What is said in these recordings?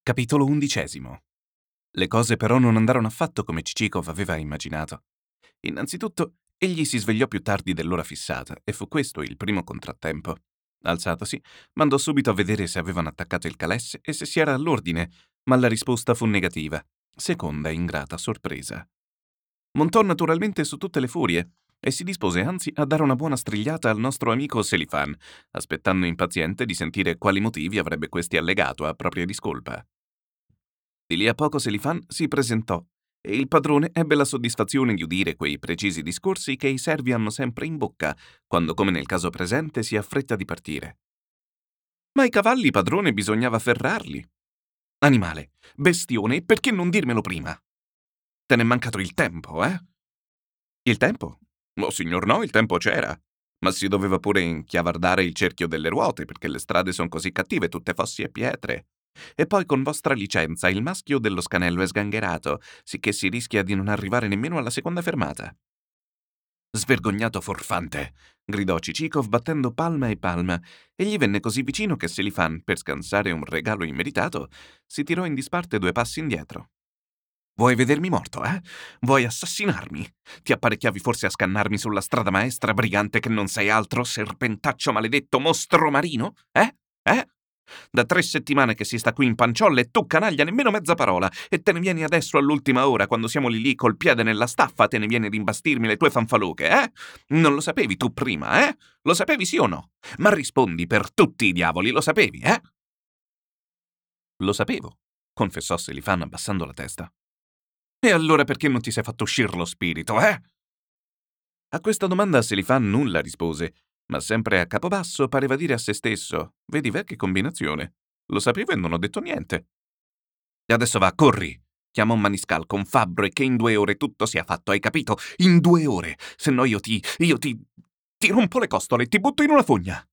Capitolo 11. Le cose però non andarono affatto come Cicikov aveva immaginato. Innanzitutto, egli si svegliò più tardi dell'ora fissata e fu questo il primo contrattempo. Alzatosi, mandò subito a vedere se avevano attaccato il calesse e se si era all'ordine, ma la risposta fu negativa. Seconda ingrata sorpresa. Montò naturalmente su tutte le furie e si dispose anzi a dare una buona strigliata al nostro amico Selifan, aspettando impaziente di sentire quali motivi avrebbe questi allegato a propria discolpa. Di lì a poco Selifan si presentò e il padrone ebbe la soddisfazione di udire quei precisi discorsi che i servi hanno sempre in bocca quando, come nel caso presente, si ha fretta di partire. Ma i cavalli, padrone, bisognava ferrarli. Animale, bestione, perché non dirmelo prima? Te n'è mancato il tempo, eh? Il tempo? Oh, signor no, il tempo c'era. Ma si doveva pure inchiavardare il cerchio delle ruote, perché le strade son così cattive, tutte fossi e pietre. E poi, con vostra licenza, il maschio dello scanello è sgangherato, sicché si rischia di non arrivare nemmeno alla seconda fermata. Svergognato forfante! Gridò Cicikov battendo palma e palma, e gli venne così vicino che Selifan, per scansare un regalo immeritato, si tirò in disparte 2 passi indietro. Vuoi vedermi morto, eh? Vuoi assassinarmi? Ti apparecchiavi forse a scannarmi sulla strada maestra, brigante che non sei altro, serpentaccio maledetto, mostro marino? Eh? Da 3 settimane che si sta qui in panciolla e tu, canaglia, nemmeno mezza parola, e te ne vieni adesso all'ultima ora, quando siamo lì col piede nella staffa, te ne vieni ad imbastirmi le tue fanfaluche, eh? Non lo sapevi tu prima, eh? Lo sapevi sì o no? Ma rispondi per tutti i diavoli, lo sapevi, eh? Lo sapevo, confessò Selifan abbassando la testa. E allora perché non ti sei fatto uscir lo spirito, eh? A questa domanda Selifan nulla rispose, ma sempre a capo basso pareva dire a se stesso: vedi che combinazione. Lo sapevo e non ho detto niente. E adesso va, corri. Chiama un maniscalco, un fabbro, e che in 2 ore tutto sia fatto, hai capito? In 2 ore. Se no ti rompo le costole e ti butto in una fogna.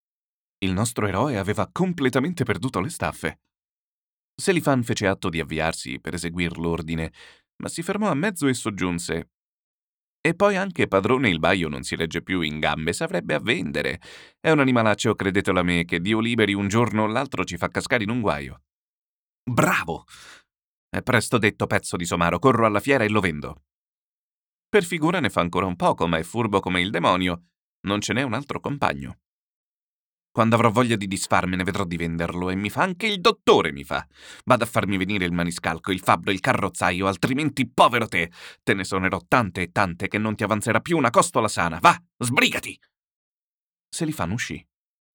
Il nostro eroe aveva completamente perduto le staffe. Selifan fece atto di avviarsi per eseguir l'ordine, ma si fermò a mezzo e soggiunse: e poi anche padrone il baio non si regge più in gambe, s'avrebbe a vendere. È un animalaccio, credetelo a me, che Dio liberi un giorno o l'altro ci fa cascare in un guaio. Bravo! È presto detto, pezzo di somaro, corro alla fiera e lo vendo. Per figura ne fa ancora un poco, ma è furbo come il demonio. Non ce n'è un altro compagno. Quando avrò voglia di disfarmene vedrò di venderlo, e mi fa anche il dottore, mi fa. Vado a farmi venire il maniscalco, il fabbro, il carrozzaio, altrimenti, povero te ne sonerò tante e tante che non ti avanzerà più una costola sana. Va, sbrigati! Selifan uscì.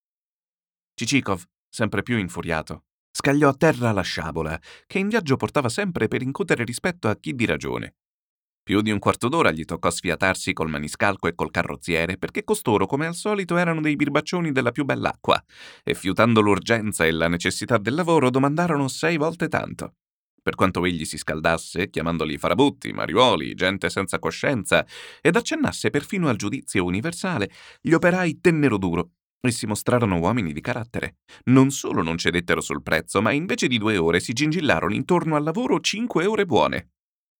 Cicikov, sempre più infuriato, scagliò a terra la sciabola, che in viaggio portava sempre per incutere rispetto a chi di ragione. Più di un quarto d'ora gli toccò sfiatarsi col maniscalco e col carrozziere, perché costoro, come al solito, erano dei birbaccioni della più bell'acqua, e fiutando l'urgenza e la necessità del lavoro, domandarono 6 volte tanto. Per quanto egli si scaldasse, chiamandoli farabutti, mariuoli, gente senza coscienza, ed accennasse perfino al giudizio universale, gli operai tennero duro e si mostrarono uomini di carattere. Non solo non cedettero sul prezzo, ma invece di 2 ore si gingillarono intorno al lavoro 5 ore buone.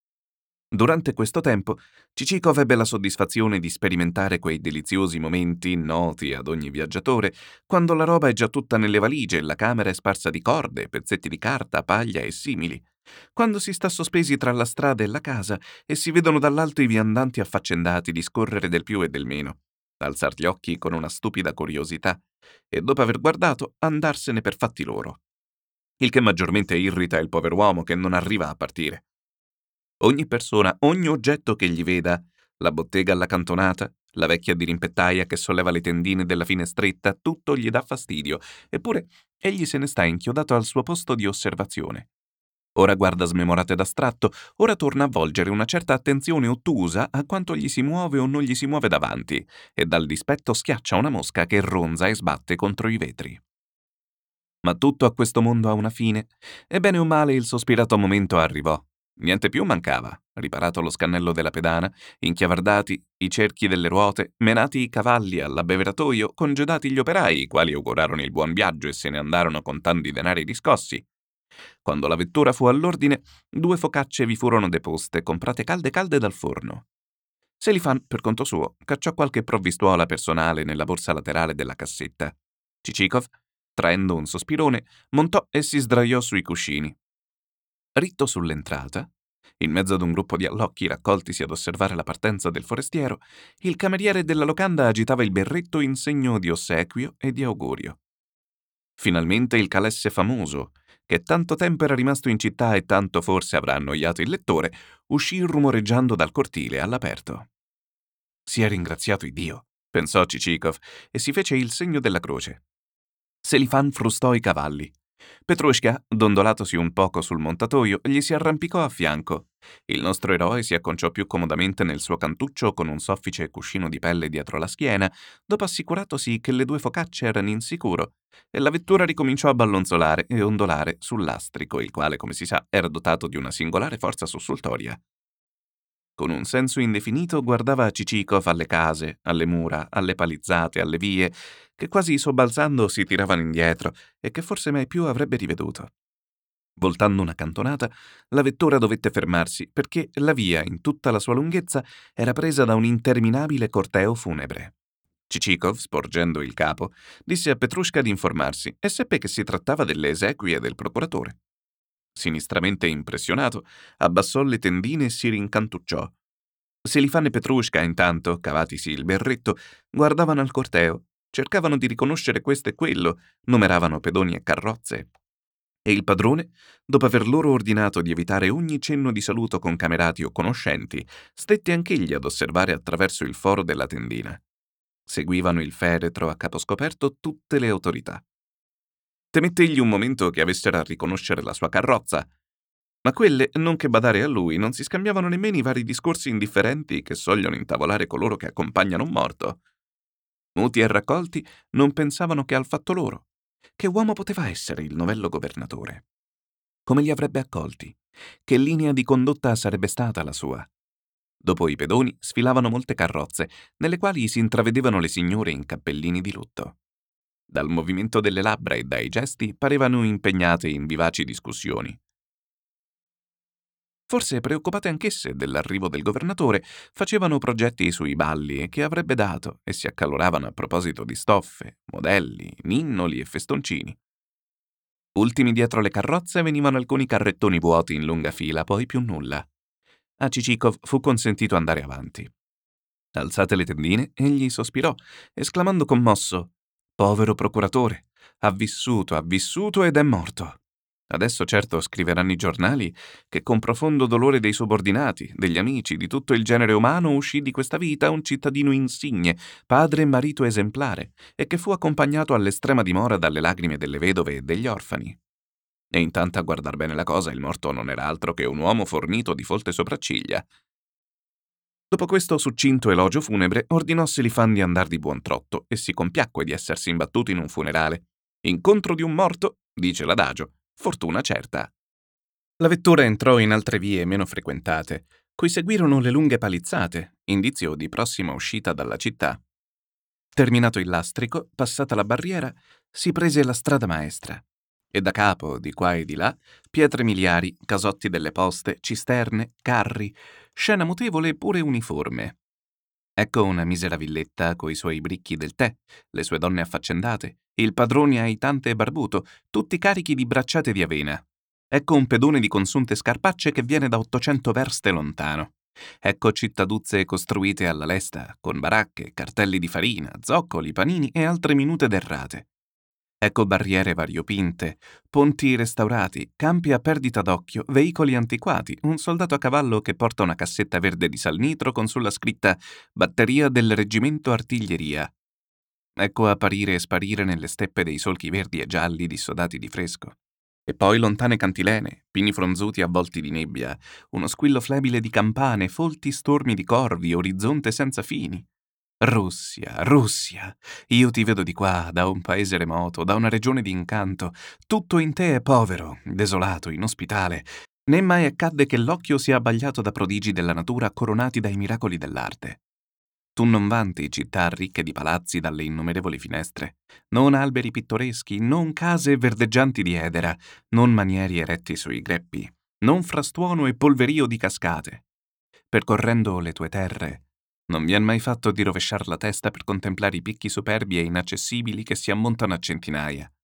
Durante questo tempo, Cicikov ebbe la soddisfazione di sperimentare quei deliziosi momenti noti ad ogni viaggiatore, quando la roba è già tutta nelle valigie e la camera è sparsa di corde, pezzetti di carta, paglia e simili. Quando si sta sospesi tra la strada e la casa e si vedono dall'alto i viandanti affaccendati discorrere del più e del meno, alzar gli occhi con una stupida curiosità e, dopo aver guardato, andarsene per fatti loro. Il che maggiormente irrita il pover'uomo che non arriva a partire. Ogni persona, ogni oggetto che gli veda, la bottega alla cantonata, la vecchia dirimpettaia che solleva le tendine della finestretta, tutto gli dà fastidio, eppure egli se ne sta inchiodato al suo posto di osservazione. Ora guarda smemorato ed astratto, ora torna a volgere una certa attenzione ottusa a quanto gli si muove o non gli si muove davanti, e dal dispetto schiaccia una mosca che ronza e sbatte contro i vetri. Ma tutto a questo mondo ha una fine, e bene o male il sospirato momento arrivò. Niente più mancava, riparato lo scannello della pedana, inchiavardati i cerchi delle ruote, menati i cavalli all'abbeveratoio, congedati gli operai, i quali augurarono il buon viaggio e se ne andarono contando i denari riscossi. Quando la vettura fu all'ordine, 2 focacce vi furono deposte, comprate calde calde dal forno. Selifan, per conto suo, cacciò qualche provvistuola personale nella borsa laterale della cassetta. Cicikov Traendo un sospirone, montò e si sdraiò sui cuscini. Ritto sull'entrata, in mezzo ad un gruppo di allocchi raccoltisi ad osservare la partenza del forestiero, il cameriere della locanda agitava il berretto in segno di ossequio e di augurio. Finalmente il calesse famoso, che tanto tempo era rimasto in città e tanto forse avrà annoiato il lettore, uscì rumoreggiando dal cortile all'aperto. «Sia ringraziato Iddio», pensò Cicikov, e si fece il segno della croce. Selifan frustò i cavalli. Petrushka, dondolatosi un poco sul montatoio, gli si arrampicò a fianco. Il nostro eroe si acconciò più comodamente nel suo cantuccio con un soffice cuscino di pelle dietro la schiena, dopo assicuratosi che le due focacce erano in sicuro, e la vettura ricominciò a ballonzolare e ondolare sul lastrico, il quale, come si sa, era dotato di una singolare forza sussultoria. Con un senso indefinito guardava Cicikov alle case, alle mura, alle palizzate, alle vie, che quasi sobbalzando si tiravano indietro e che forse mai più avrebbe riveduto. Voltando una cantonata, la vettura dovette fermarsi perché la via, in tutta la sua lunghezza, era presa da un interminabile corteo funebre. Cicikov, sporgendo il capo, disse a Petrushka di informarsi e seppe che si trattava delle esequie del procuratore. Sinistramente impressionato, abbassò le tendine e si rincantucciò. Selifan e Petrushka, intanto, cavatisi il berretto, guardavano al corteo, cercavano di riconoscere questo e quello, numeravano pedoni e carrozze. E il padrone, dopo aver loro ordinato di evitare ogni cenno di saluto con camerati o conoscenti, stette anch'egli ad osservare attraverso il foro della tendina. Seguivano il feretro a capo scoperto tutte le autorità. Temette egli un momento che avessero a riconoscere la sua carrozza, ma quelle, non che badare a lui, non si scambiavano nemmeno i vari discorsi indifferenti che sogliono intavolare coloro che accompagnano un morto. Muti e raccolti, non pensavano che al fatto loro. Che uomo poteva essere il novello governatore? Come li avrebbe accolti? Che linea di condotta sarebbe stata la sua? Dopo i pedoni sfilavano molte carrozze, nelle quali si intravedevano le signore in cappellini di lutto. Dal movimento delle labbra e dai gesti parevano impegnate in vivaci discussioni. Forse preoccupate anch'esse dell'arrivo del governatore, facevano progetti sui balli che avrebbe dato e si accaloravano a proposito di stoffe, modelli, ninnoli e festoncini. Ultimi dietro le carrozze venivano alcuni carrettoni vuoti in lunga fila, poi più nulla. A Cicikov fu consentito andare avanti. Alzate le tendine, egli sospirò, esclamando commosso: «Povero procuratore, ha vissuto ed è morto». Adesso certo scriveranno i giornali che con profondo dolore dei subordinati, degli amici, di tutto il genere umano uscì di questa vita un cittadino insigne, padre e marito esemplare, e che fu accompagnato all'estrema dimora dalle lagrime delle vedove e degli orfani. E intanto a guardar bene la cosa il morto non era altro che un uomo fornito di folte sopracciglia. Dopo questo succinto elogio funebre ordinò Selifan di andar di buon trotto e si compiacque di essersi imbattuto in un funerale. Incontro di un morto, dice l'adagio, fortuna certa. La vettura entrò in altre vie meno frequentate, cui seguirono le lunghe palizzate, indizio di prossima uscita dalla città. Terminato il lastrico, passata la barriera, si prese la strada maestra. E da capo, di qua e di là, pietre miliari, casotti delle poste, cisterne, carri, scena mutevole e pure uniforme. Ecco una misera villetta coi suoi bricchi del tè, le sue donne affaccendate, il padrone aitante e barbuto, tutti carichi di bracciate di avena. Ecco un pedone di consunte scarpacce che viene da 800 verste lontano. Ecco cittaduzze costruite alla lesta, con baracche, cartelli di farina, zoccoli, panini e altre minute derrate. Ecco barriere variopinte, ponti restaurati, campi a perdita d'occhio, veicoli antiquati, un soldato a cavallo che porta una cassetta verde di salnitro con sulla scritta «Batteria del Reggimento Artiglieria». Ecco apparire e sparire nelle steppe dei solchi verdi e gialli dissodati di fresco. E poi lontane cantilene, pini fronzuti avvolti di nebbia, uno squillo flebile di campane, folti stormi di corvi, orizzonte senza fini. Russia, Russia, io ti vedo di qua, da un paese remoto, da una regione di incanto, tutto in te è povero, desolato, inospitale. Né mai accadde che l'occhio sia abbagliato da prodigi della natura coronati dai miracoli dell'arte. Tu non vanti città ricche di palazzi dalle innumerevoli finestre, non alberi pittoreschi, non case verdeggianti di edera, non manieri eretti sui greppi, non frastuono e polverio di cascate. Percorrendo le tue terre, non vi è mai fatto di rovesciar la testa per contemplare i picchi superbi e inaccessibili che si ammontano a centinaia,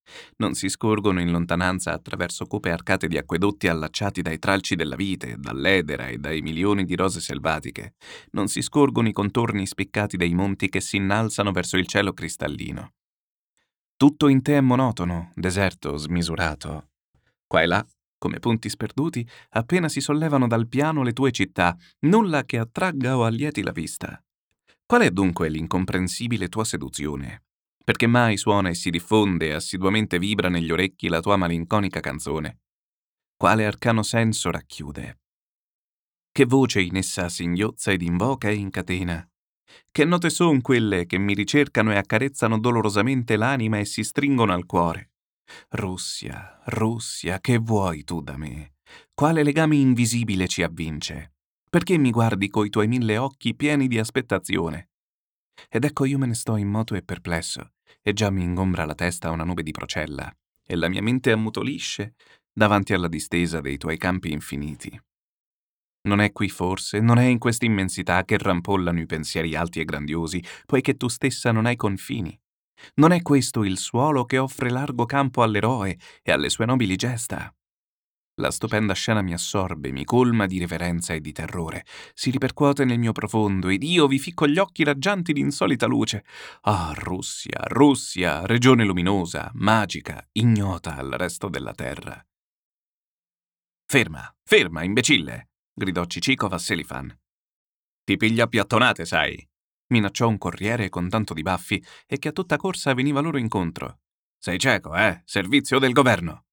Non si scorgono in lontananza attraverso cupe arcate di acquedotti allacciati dai tralci della vite, dall'edera e dai milioni di rose selvatiche. Non si scorgono i contorni spiccati dei monti che si innalzano verso il cielo cristallino. Tutto in te è monotono, deserto, smisurato. Qua e là, come punti sperduti, appena si sollevano dal piano le tue città, nulla che attragga o allieti la vista. Qual è dunque l'incomprensibile tua seduzione? Perché mai suona e si diffonde e assiduamente vibra negli orecchi la tua malinconica canzone? Quale arcano senso racchiude? Che voce in essa singhiozza ed invoca e incatena? Che note son quelle che mi ricercano e accarezzano dolorosamente l'anima e si stringono al cuore? Russia, Russia, che vuoi tu da me? Quale legame invisibile ci avvince? Perché mi guardi coi tuoi 1000 occhi pieni di aspettazione? Ed ecco io me ne sto immoto e perplesso, e già mi ingombra la testa una nube di procella, e la mia mente ammutolisce davanti alla distesa dei tuoi campi infiniti. Non è qui forse, non è in questa immensità che rampollano i pensieri alti e grandiosi, poiché tu stessa non hai confini. Non è questo il suolo che offre largo campo all'eroe e alle sue nobili gesta? La stupenda scena mi assorbe, mi colma di reverenza e di terrore, si ripercuote nel mio profondo ed io vi ficco gli occhi raggianti di insolita luce. Ah, Russia, Russia, regione luminosa, magica, ignota al resto della terra. Ferma, ferma, imbecille! Gridò Cicikov a Selifan. Ti piglia a piattonate, sai! Minacciò un corriere con tanto di baffi e che a tutta corsa veniva loro incontro. Sei cieco, eh? Servizio del governo!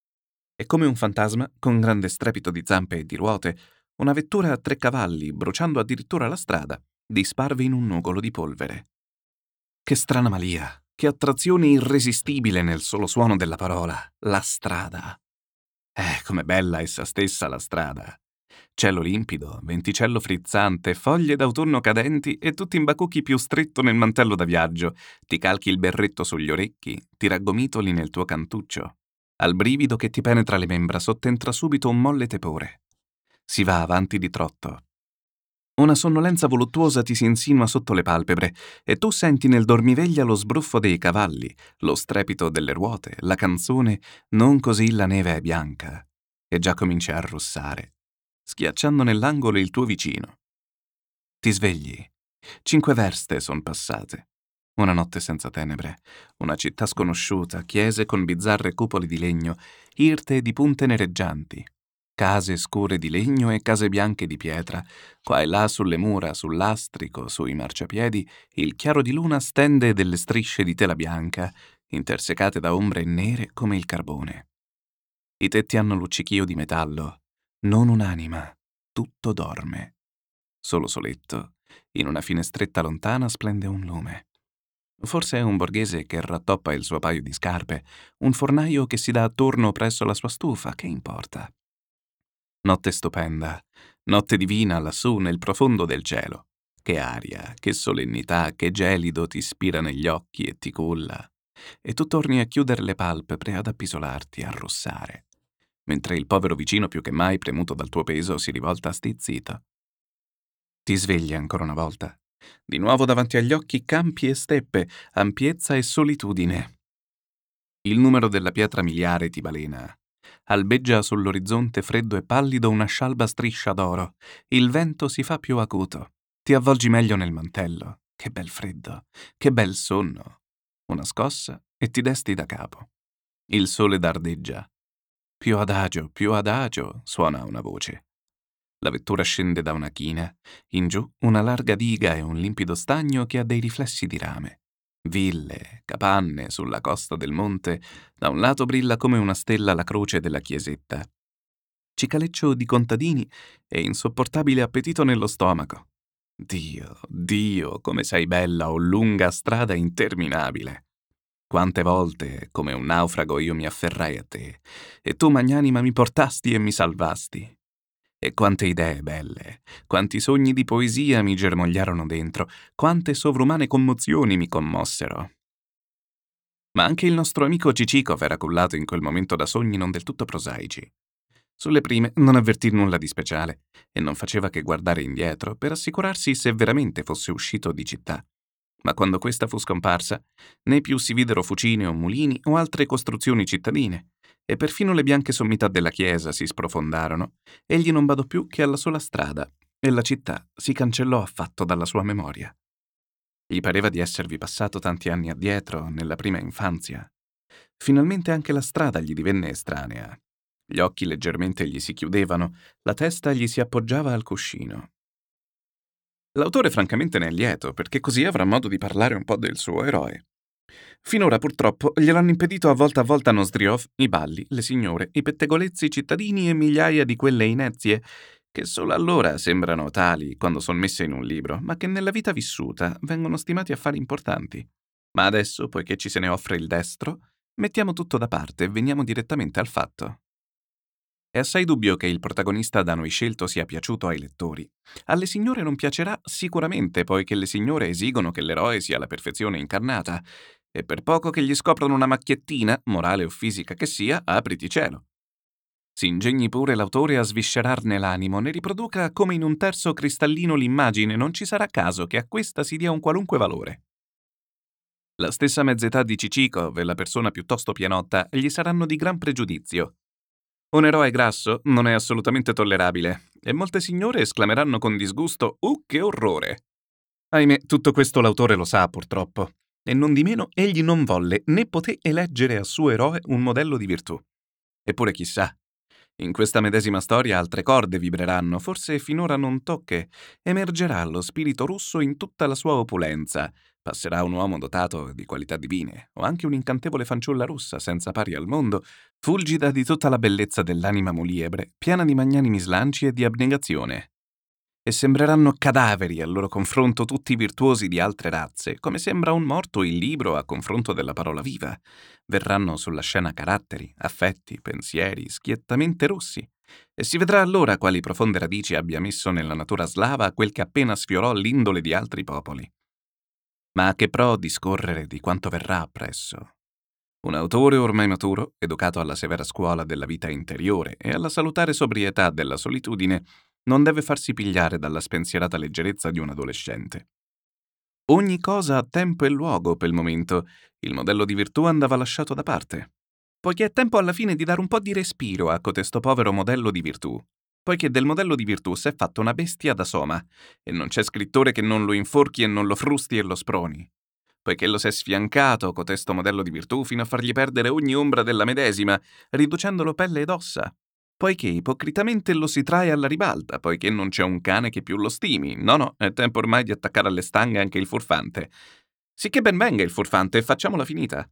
E come un fantasma, con grande strepito di zampe e di ruote, una vettura a 3 cavalli, bruciando addirittura la strada, disparve in un nugolo di polvere. Che strana malia, che attrazione irresistibile nel solo suono della parola, la strada. Com'è bella essa stessa la strada. Cielo limpido, venticello frizzante, foglie d'autunno cadenti e tu t'imbacucchi più stretto nel mantello da viaggio, ti calchi il berretto sugli orecchi, ti raggomitoli nel tuo cantuccio. Al brivido che ti penetra le membra sottentra subito un molle tepore. Si va avanti di trotto. Una sonnolenza voluttuosa ti si insinua sotto le palpebre e tu senti nel dormiveglia lo sbruffo dei cavalli, lo strepito delle ruote, la canzone «Non così la neve è bianca» e già cominci a russare, schiacciando nell'angolo il tuo vicino. Ti svegli. 5 verste son passate. Una notte senza tenebre, una città sconosciuta, chiese con bizzarre cupole di legno, irte di punte nereggianti, case scure di legno e case bianche di pietra, qua e là sulle mura, sul lastrico, sui marciapiedi, il chiaro di luna stende delle strisce di tela bianca, intersecate da ombre nere come il carbone. I tetti hanno luccichio di metallo, non un'anima, tutto dorme. Solo soletto, in una finestretta lontana splende un lume. Forse è un borghese che rattoppa il suo paio di scarpe, un fornaio che si dà attorno presso la sua stufa, che importa? Notte stupenda, notte divina lassù nel profondo del cielo. Che aria, che solennità, che gelido ti spira negli occhi e ti culla. E tu torni a chiudere le palpebre, ad appisolarti, a russare, mentre il povero vicino più che mai premuto dal tuo peso si rivolta stizzito. Ti svegli ancora una volta. Di nuovo davanti agli occhi campi e steppe, ampiezza e solitudine. Il numero della pietra miliare ti balena. Albeggia sull'orizzonte freddo e pallido una scialba striscia d'oro. Il vento si fa più acuto. Ti avvolgi meglio nel mantello. Che bel freddo, che bel sonno. Una scossa e ti desti da capo. Il sole dardeggia. Più adagio, suona una voce. La vettura scende da una china, in giù una larga diga e un limpido stagno che ha dei riflessi di rame. Ville, capanne sulla costa del monte, da un lato brilla come una stella la croce della chiesetta. Cicaleccio di contadini e insopportabile appetito nello stomaco. Dio, Dio, come sei bella, o lunga strada interminabile. Quante volte, come un naufrago, io mi afferrai a te, e tu, magnanima, mi portasti e mi salvasti. E quante idee belle, quanti sogni di poesia mi germogliarono dentro, quante sovrumane commozioni mi commossero. Ma anche il nostro amico Cicikov era cullato in quel momento da sogni non del tutto prosaici. Sulle prime non avvertì nulla di speciale e non faceva che guardare indietro per assicurarsi se veramente fosse uscito di città. Ma quando questa fu scomparsa, né più si videro fucine o mulini o altre costruzioni cittadine, e perfino le bianche sommità della chiesa si sprofondarono. Egli non badò più che alla sola strada, e la città si cancellò affatto dalla sua memoria. Gli pareva di esservi passato tanti anni addietro, nella prima infanzia. Finalmente anche la strada gli divenne estranea. Gli occhi leggermente gli si chiudevano, la testa gli si appoggiava al cuscino. L'autore francamente ne è lieto, perché così avrà modo di parlare un po' del suo eroe. Finora purtroppo gliel'hanno impedito a volta Nozdriov, i balli, le signore, i pettegolezzi cittadini e migliaia di quelle inezie, che solo allora sembrano tali quando son messe in un libro, ma che nella vita vissuta vengono stimati affari importanti. Ma adesso, poiché ci se ne offre il destro, mettiamo tutto da parte e veniamo direttamente al fatto. È assai dubbio che il protagonista da noi scelto sia piaciuto ai lettori. Alle signore non piacerà sicuramente, poiché le signore esigono che l'eroe sia la perfezione incarnata, e per poco che gli scoprono una macchiettina, morale o fisica che sia, apriti cielo. Si ingegni pure l'autore a sviscerarne l'animo, ne riproduca come in un terzo cristallino l'immagine, non ci sarà caso che a questa si dia un qualunque valore. La stessa mezz'età di Cicikov e la persona piuttosto pianotta gli saranno di gran pregiudizio. Un eroe grasso non è assolutamente tollerabile, e molte signore esclameranno con disgusto che orrore!». Ahimè, tutto questo l'autore lo sa, purtroppo, e non di meno egli non volle né poté eleggere a suo eroe un modello di virtù. Eppure chissà, in questa medesima storia altre corde vibreranno, forse finora non tocche. Emergerà lo spirito russo in tutta la sua opulenza. Passerà un uomo dotato di qualità divine, o anche un'incantevole fanciulla russa senza pari al mondo, fulgida di tutta la bellezza dell'anima muliebre, piena di magnanimi slanci e di abnegazione. E sembreranno cadaveri al loro confronto tutti i virtuosi di altre razze, come sembra un morto il libro a confronto della parola viva. Verranno sulla scena caratteri, affetti, pensieri, schiettamente rossi, e si vedrà allora quali profonde radici abbia messo nella natura slava quel che appena sfiorò l'indole di altri popoli. Ma a che pro discorrere di quanto verrà appresso? Un autore ormai maturo, educato alla severa scuola della vita interiore e alla salutare sobrietà della solitudine, non deve farsi pigliare dalla spensierata leggerezza di un adolescente. Ogni cosa ha tempo e luogo per il momento. Il modello di virtù andava lasciato da parte. Poiché è tempo alla fine di dare un po' di respiro a cotesto povero modello di virtù. Poiché del modello di virtù s'è fatta una bestia da soma, e non c'è scrittore che non lo inforchi e non lo frusti e lo sproni. Poiché lo s'è sfiancato cotesto modello di virtù fino a fargli perdere ogni ombra della medesima, riducendolo pelle ed ossa. Poiché ipocritamente lo si trae alla ribalta, poiché non c'è un cane che più lo stimi. No, è tempo ormai di attaccare alle stanghe anche il furfante. Sicché ben venga il furfante e facciamola finita.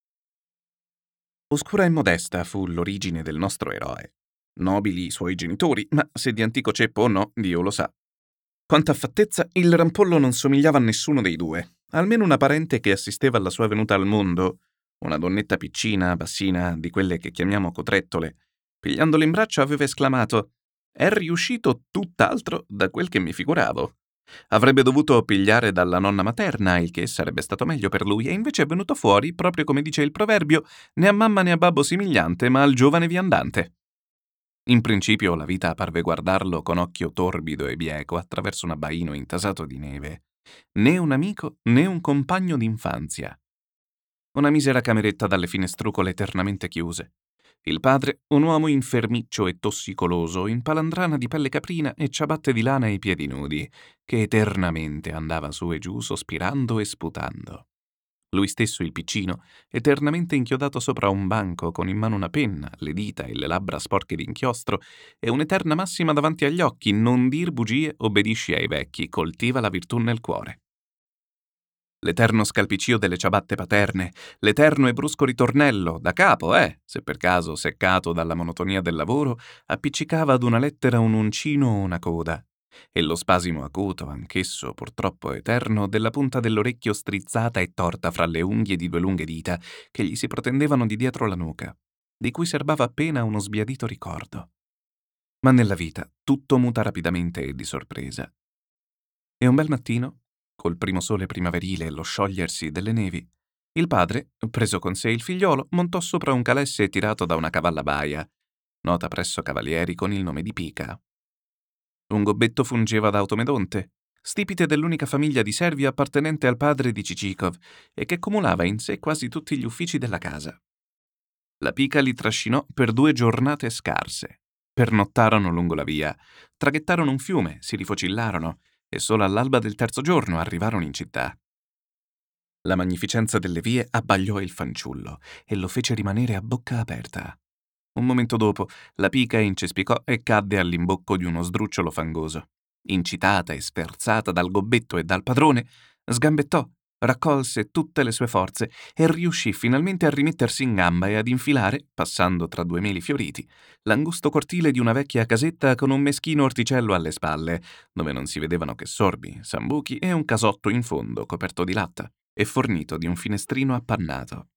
Oscura e modesta fu l'origine del nostro eroe. Nobili i suoi genitori, ma se di antico ceppo o no, Dio lo sa. Quanto a fattezza, il rampollo non somigliava a nessuno dei due. Almeno una parente che assisteva alla sua venuta al mondo, una donnetta piccina, bassina, di quelle che chiamiamo cotrettole, pigliandolo in braccio aveva esclamato: «È riuscito tutt'altro da quel che mi figuravo». Avrebbe dovuto pigliare dalla nonna materna, il che sarebbe stato meglio per lui, e invece è venuto fuori, proprio come dice il proverbio, né a mamma né a babbo somigliante, ma al giovane viandante. In principio la vita parve guardarlo con occhio torbido e bieco attraverso un abbaino intasato di neve. Né un amico né un compagno d'infanzia. Una misera cameretta dalle finestrucole eternamente chiuse. Il padre, un uomo infermiccio e tossicoloso, in palandrana di pelle caprina e ciabatte di lana ai piedi nudi, che eternamente andava su e giù sospirando e sputando. Lui stesso, il piccino, eternamente inchiodato sopra un banco con in mano una penna, le dita e le labbra sporche d'inchiostro, e un'eterna massima davanti agli occhi: non dir bugie, obbedisci ai vecchi, coltiva la virtù nel cuore. L'eterno scalpicio delle ciabatte paterne, l'eterno e brusco ritornello, da capo, se per caso, seccato dalla monotonia del lavoro, appiccicava ad una lettera un uncino o una coda, e lo spasimo acuto, anch'esso purtroppo eterno, della punta dell'orecchio strizzata e torta fra le unghie di due lunghe dita che gli si protendevano di dietro la nuca, di cui serbava appena uno sbiadito ricordo. Ma nella vita tutto muta rapidamente e di sorpresa. E un bel mattino, col primo sole primaverile e lo sciogliersi delle nevi, il padre, preso con sé il figliolo, montò sopra un calesse tirato da una cavalla baia, nota presso cavalieri con il nome di Pica. Un gobbetto fungeva da automedonte. stipite dell'unica famiglia di servi appartenente al padre di Cicikov e che cumulava in sé quasi tutti gli uffici della casa. La pica li trascinò per 2 giornate scarse. Pernottarono lungo la via, traghettarono un fiume, si rifocillarono e solo all'alba del terzo giorno arrivarono in città. La magnificenza delle vie abbagliò il fanciullo e lo fece rimanere a bocca aperta. Un momento dopo, la pica incespicò e cadde all'imbocco di uno sdrucciolo fangoso. Incitata e sferzata dal gobbetto e dal padrone, sgambettò, raccolse tutte le sue forze e riuscì finalmente a rimettersi in gamba e ad infilare, passando tra 2 meli fioriti, l'angusto cortile di una vecchia casetta con un meschino orticello alle spalle, dove non si vedevano che sorbi, sambuchi e un casotto in fondo coperto di latta e fornito di un finestrino appannato.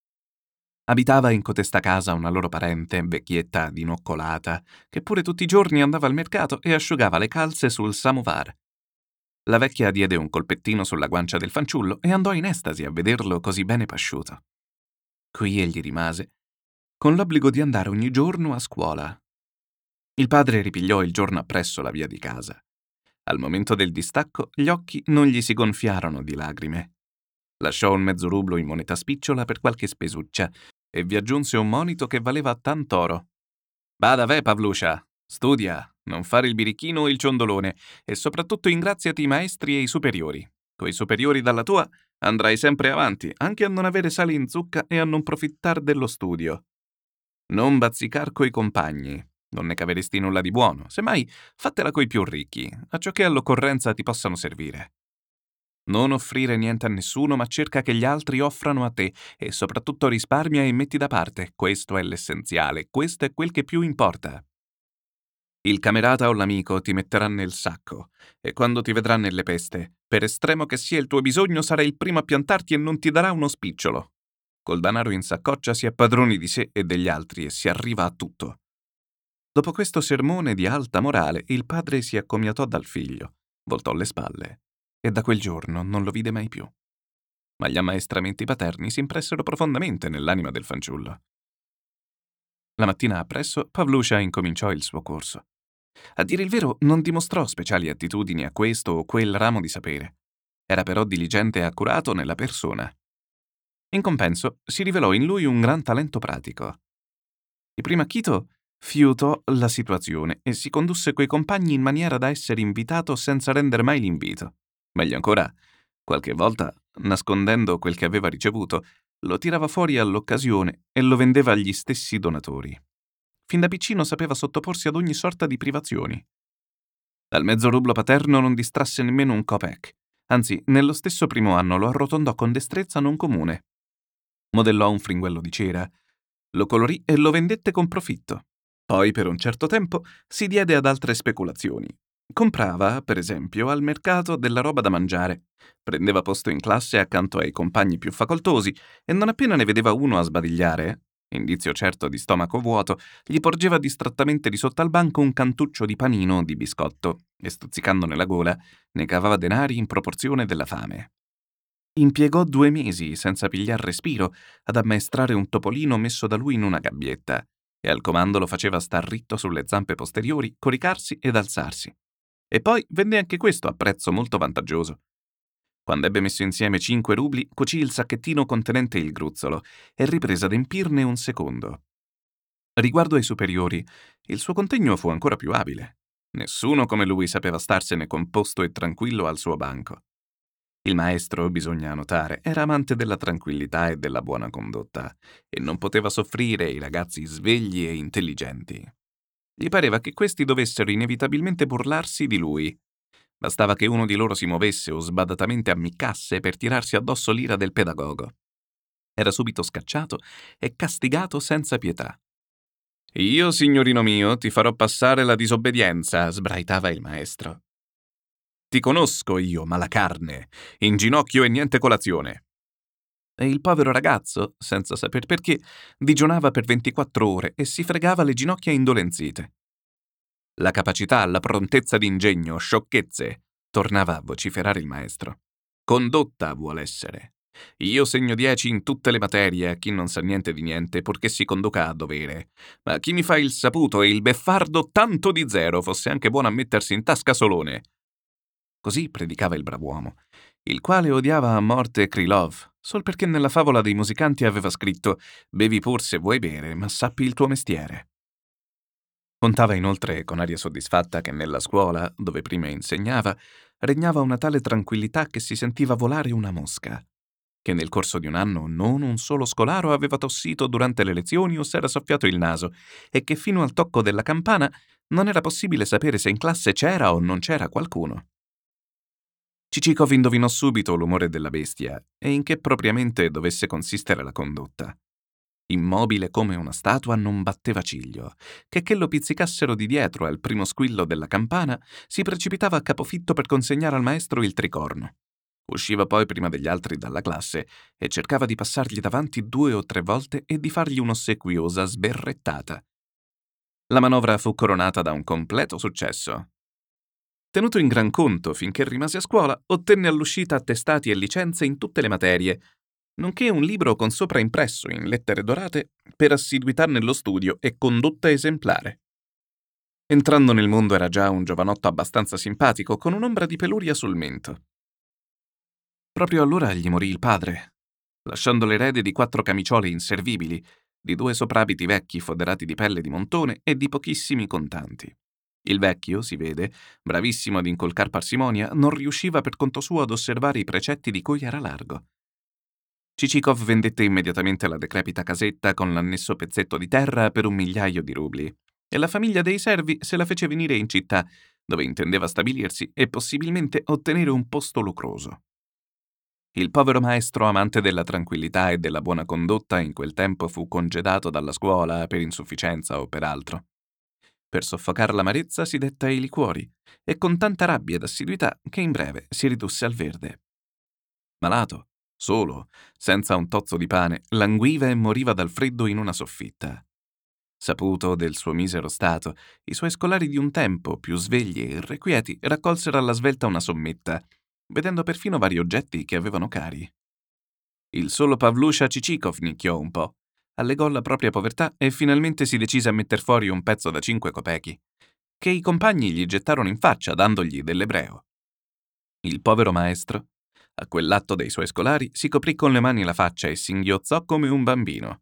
Abitava in cotesta casa una loro parente, vecchietta dinoccolata, che pure tutti i giorni andava al mercato e asciugava le calze sul samovar. La vecchia diede un colpettino sulla guancia del fanciullo e andò in estasi a vederlo così bene pasciuto. Qui egli rimase, con l'obbligo di andare ogni giorno a scuola. Il padre ripigliò il giorno appresso la via di casa. Al momento del distacco gli occhi non gli si gonfiarono di lagrime. Lasciò un mezzo rublo in moneta spicciola per qualche spesuccia e vi aggiunse un monito che valeva tant'oro. «Bada ve, Pavluscia, studia, non fare il birichino o il ciondolone e soprattutto ingraziati i maestri e i superiori. Coi superiori dalla tua andrai sempre avanti, anche a non avere sale in zucca e a non profittar dello studio. Non bazzicar coi compagni, non ne caveresti nulla di buono, semmai fatela coi più ricchi, acciò che all'occorrenza ti possano servire. Non offrire niente a nessuno, ma cerca che gli altri offrano a te e soprattutto risparmia e metti da parte. Questo è l'essenziale, questo è quel che più importa. Il camerata o l'amico ti metterà nel sacco e quando ti vedrà nelle peste, per estremo che sia il tuo bisogno, sarai il primo a piantarti e non ti darà uno spicciolo. Col denaro in saccoccia si è padroni di sé e degli altri e si arriva a tutto. Dopo questo sermone di alta morale, il padre si accomiatò dal figlio, voltò le spalle e da quel giorno non lo vide mai più. Ma gli ammaestramenti paterni si impressero profondamente nell'anima del fanciullo. La mattina appresso, Pavluscia incominciò il suo corso. A dire il vero, non dimostrò speciali attitudini a questo o quel ramo di sapere. Era però diligente e accurato nella persona. In compenso, si rivelò in lui un gran talento pratico. Di primo acchito fiutò la situazione e si condusse coi compagni in maniera da essere invitato senza rendere mai l'invito. Meglio ancora, qualche volta, nascondendo quel che aveva ricevuto, lo tirava fuori all'occasione e lo vendeva agli stessi donatori. Fin da piccino sapeva sottoporsi ad ogni sorta di privazioni. Dal mezzo rublo paterno non distrasse nemmeno un kopek, anzi, nello stesso primo anno lo arrotondò con destrezza non comune. Modellò un fringuello di cera, lo colorì e lo vendette con profitto. Poi, per un certo tempo, si diede ad altre speculazioni. Comprava, per esempio, al mercato della roba da mangiare, prendeva posto in classe accanto ai compagni più facoltosi e non appena ne vedeva uno a sbadigliare, indizio certo di stomaco vuoto, gli porgeva distrattamente di sotto al banco un cantuccio di panino o di biscotto e, stuzzicandone la gola, ne cavava denari in proporzione della fame. Impiegò 2 mesi, senza pigliar respiro, ad ammaestrare un topolino messo da lui in una gabbietta, e al comando lo faceva star ritto sulle zampe posteriori, coricarsi ed alzarsi. E poi venne anche questo a prezzo molto vantaggioso. Quando ebbe messo insieme 5 rubli, cucì il sacchettino contenente il gruzzolo e riprese ad empirne un secondo. Riguardo ai superiori, il suo contegno fu ancora più abile. Nessuno come lui sapeva starsene composto e tranquillo al suo banco. Il maestro, bisogna notare, era amante della tranquillità e della buona condotta e non poteva soffrire i ragazzi svegli e intelligenti. Gli pareva che questi dovessero inevitabilmente burlarsi di lui. Bastava che uno di loro si muovesse o sbadatamente ammiccasse per tirarsi addosso l'ira del pedagogo. Era subito scacciato e castigato senza pietà. «Io, signorino mio, ti farò passare la disobbedienza», sbraitava il maestro. «Ti conosco io, malacarne, in ginocchio e niente colazione». E il povero ragazzo, senza saper perché, digionava per 24 ore e si fregava le ginocchia indolenzite. «La capacità, la prontezza d'ingegno, sciocchezze», tornava a vociferare il maestro. «Condotta vuol essere. Io segno 10 in tutte le materie a chi non sa niente di niente, purché si conduca a dovere. Ma chi mi fa il saputo e il beffardo tanto di 0, fosse anche buono a mettersi in tasca solone». Così predicava il brav'uomo, il quale odiava a morte Krylov, sol perché nella favola dei musicanti aveva scritto «Bevi pur se vuoi bere, ma sappi il tuo mestiere». Contava inoltre con aria soddisfatta che nella scuola, dove prima insegnava, regnava una tale tranquillità che si sentiva volare una mosca, che nel corso di un anno non un solo scolaro aveva tossito durante le lezioni o s'era soffiato il naso, e che fino al tocco della campana non era possibile sapere se in classe c'era o non c'era qualcuno. Cicikov indovinò subito l'umore della bestia e in che propriamente dovesse consistere la condotta. Immobile come una statua non batteva ciglio, che lo pizzicassero di dietro al primo squillo della campana, si precipitava a capofitto per consegnare al maestro il tricorno. Usciva poi prima degli altri dalla classe e cercava di passargli davanti 2 o 3 volte e di fargli un'ossequiosa sberrettata. La manovra fu coronata da un completo successo. Tenuto in gran conto finché rimase a scuola, ottenne all'uscita attestati e licenze in tutte le materie, nonché un libro con sopra impresso in lettere dorate per assiduità nello studio e condotta esemplare. Entrando nel mondo era già un giovanotto abbastanza simpatico, con un'ombra di peluria sul mento. Proprio allora gli morì il padre, lasciando l'erede di 4 camiciole inservibili, di 2 soprabiti vecchi foderati di pelle di montone e di pochissimi contanti. Il vecchio, si vede, bravissimo ad incolcar parsimonia, non riusciva per conto suo ad osservare i precetti di cui era largo. Cicikov vendette immediatamente la decrepita casetta con l'annesso pezzetto di terra per 1.000.000 di rubli e la famiglia dei servi se la fece venire in città, dove intendeva stabilirsi e possibilmente ottenere un posto lucroso. Il povero maestro, amante della tranquillità e della buona condotta, in quel tempo fu congedato dalla scuola per insufficienza o per altro. Per soffocare l'amarezza si detta ai liquori e con tanta rabbia ed assiduità che in breve si ridusse al verde. Malato, solo, senza un tozzo di pane, languiva e moriva dal freddo in una soffitta. Saputo del suo misero stato, i suoi scolari di un tempo, più svegli e irrequieti, raccolsero alla svelta una sommetta, vedendo perfino vari oggetti che avevano cari. Il solo Pavlusha Cicikov nicchiò un po', allegò la propria povertà e finalmente si decise a metter fuori un pezzo da 5 copechi, che i compagni gli gettarono in faccia dandogli dell'ebreo. Il povero maestro, a quell'atto dei suoi scolari, si coprì con le mani la faccia e singhiozzò come un bambino.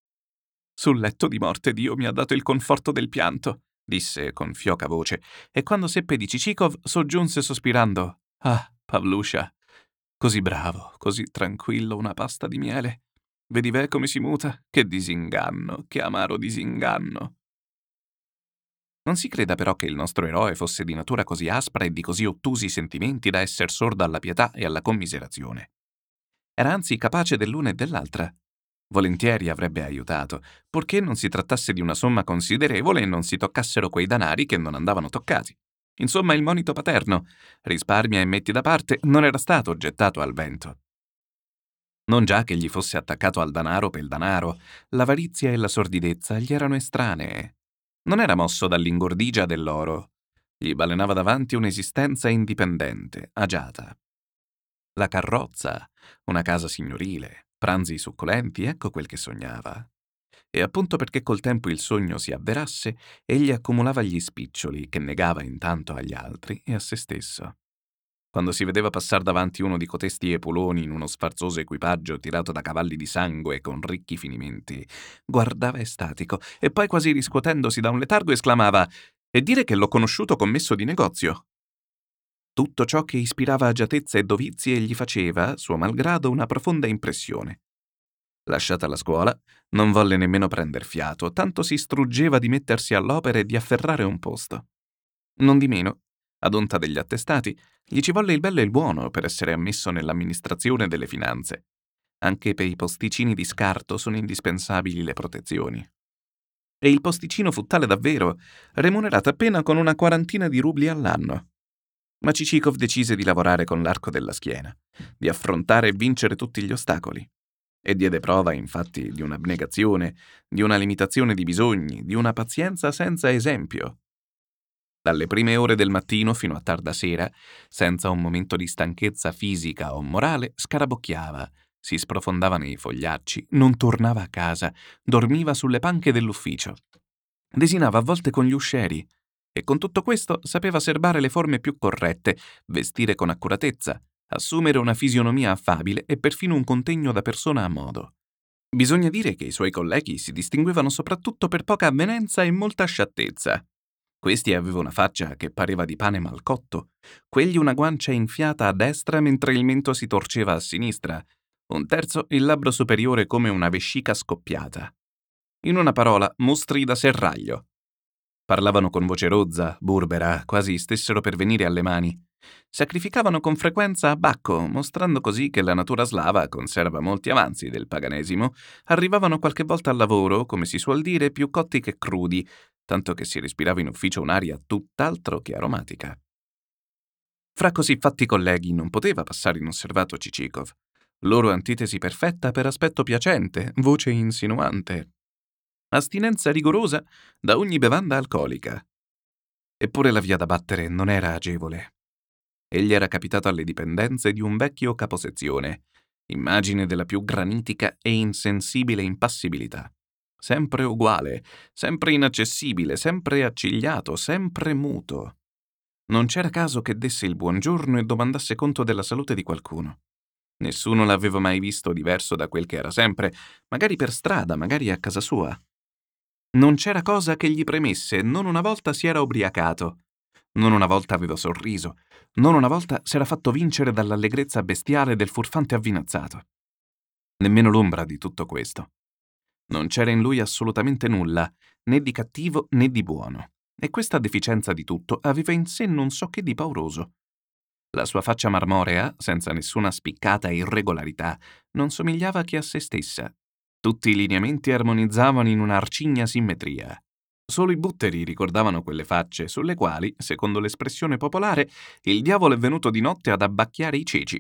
«Sul letto di morte Dio mi ha dato il conforto del pianto», disse con fioca voce, e quando seppe di Cicikov soggiunse sospirando: «Ah, Pavlusha, così bravo, così tranquillo, una pasta di miele. Vedi ve come si muta? Che disinganno, che amaro disinganno». Non si creda però che il nostro eroe fosse di natura così aspra e di così ottusi sentimenti da esser sordo alla pietà e alla commiserazione. Era anzi capace dell'una e dell'altra. Volentieri avrebbe aiutato, purché non si trattasse di una somma considerevole e non si toccassero quei danari che non andavano toccati. Insomma, il monito paterno, risparmia e metti da parte, non era stato gettato al vento. Non già che gli fosse attaccato al danaro per il danaro, l'avarizia e la sordidezza gli erano estranee. Non era mosso dall'ingordigia dell'oro. Gli balenava davanti un'esistenza indipendente, agiata. La carrozza, una casa signorile, pranzi succolenti, ecco quel che sognava. E appunto perché col tempo il sogno si avverasse, egli accumulava gli spiccioli che negava intanto agli altri e a se stesso. Quando si vedeva passar davanti uno di cotesti epuloni in uno sfarzoso equipaggio tirato da cavalli di sangue con ricchi finimenti, guardava estatico e poi quasi riscuotendosi da un letargo esclamava: «E dire che l'ho conosciuto commesso di negozio!» Tutto ciò che ispirava agiatezza e dovizie gli faceva, suo malgrado, una profonda impressione. Lasciata la scuola, non volle nemmeno prender fiato, tanto si struggeva di mettersi all'opera e di afferrare un posto. Nondimeno, ad onta degli attestati, gli ci volle il bello e il buono per essere ammesso nell'amministrazione delle finanze. Anche per i posticini di scarto sono indispensabili le protezioni. E il posticino fu tale davvero, remunerato appena con una 40 di rubli all'anno. Ma Cicikov decise di lavorare con l'arco della schiena, di affrontare e vincere tutti gli ostacoli. E diede prova, infatti, di un'abnegazione, di una limitazione di bisogni, di una pazienza senza esempio. Dalle prime ore del mattino fino a tarda sera, senza un momento di stanchezza fisica o morale, scarabocchiava, si sprofondava nei fogliacci, non tornava a casa, dormiva sulle panche dell'ufficio. Desinava a volte con gli uscieri, E con tutto questo sapeva serbare le forme più corrette, vestire con accuratezza, assumere una fisionomia affabile e perfino un contegno da persona a modo. Bisogna dire che i suoi colleghi si distinguevano soprattutto per poca avvenenza e molta sciattezza. Questi aveva una faccia che pareva di pane mal cotto, quegli una guancia enfiata a destra mentre il mento si torceva a sinistra, un terzo il labbro superiore come una vescica scoppiata. In una parola, mostri da serraglio. Parlavano con voce rozza, burbera, quasi stessero per venire alle mani. Sacrificavano con frequenza a Bacco, mostrando così che la natura slava conserva molti avanzi del paganesimo. Arrivavano qualche volta al lavoro, come si suol dire, più cotti che crudi, tanto che si respirava in ufficio un'aria tutt'altro che aromatica. Fra così fatti colleghi non poteva passare inosservato Cicikov. Loro antitesi perfetta per aspetto piacente, voce insinuante, astinenza rigorosa da ogni bevanda alcolica. Eppure la via da battere non era agevole. Egli era capitato alle dipendenze di un vecchio caposezione, immagine della più granitica e insensibile impassibilità. Sempre uguale, sempre inaccessibile, sempre accigliato, sempre muto. Non c'era caso che desse il buongiorno e domandasse conto della salute di qualcuno. Nessuno l'aveva mai visto diverso da quel che era sempre, magari per strada, magari a casa sua. Non c'era cosa che gli premesse, non una volta si era ubriacato, non una volta aveva sorriso, non una volta s'era fatto vincere dall'allegrezza bestiale del furfante avvinazzato. Nemmeno l'ombra di tutto questo. Non c'era in lui assolutamente nulla, né di cattivo né di buono, e questa deficienza di tutto aveva in sé non so che di pauroso. La sua faccia marmorea, senza nessuna spiccata irregolarità, non somigliava che a se stessa. Tutti i lineamenti armonizzavano in un'arcigna simmetria. Solo i butteri ricordavano quelle facce sulle quali, secondo l'espressione popolare, il diavolo è venuto di notte ad abbacchiare i ceci.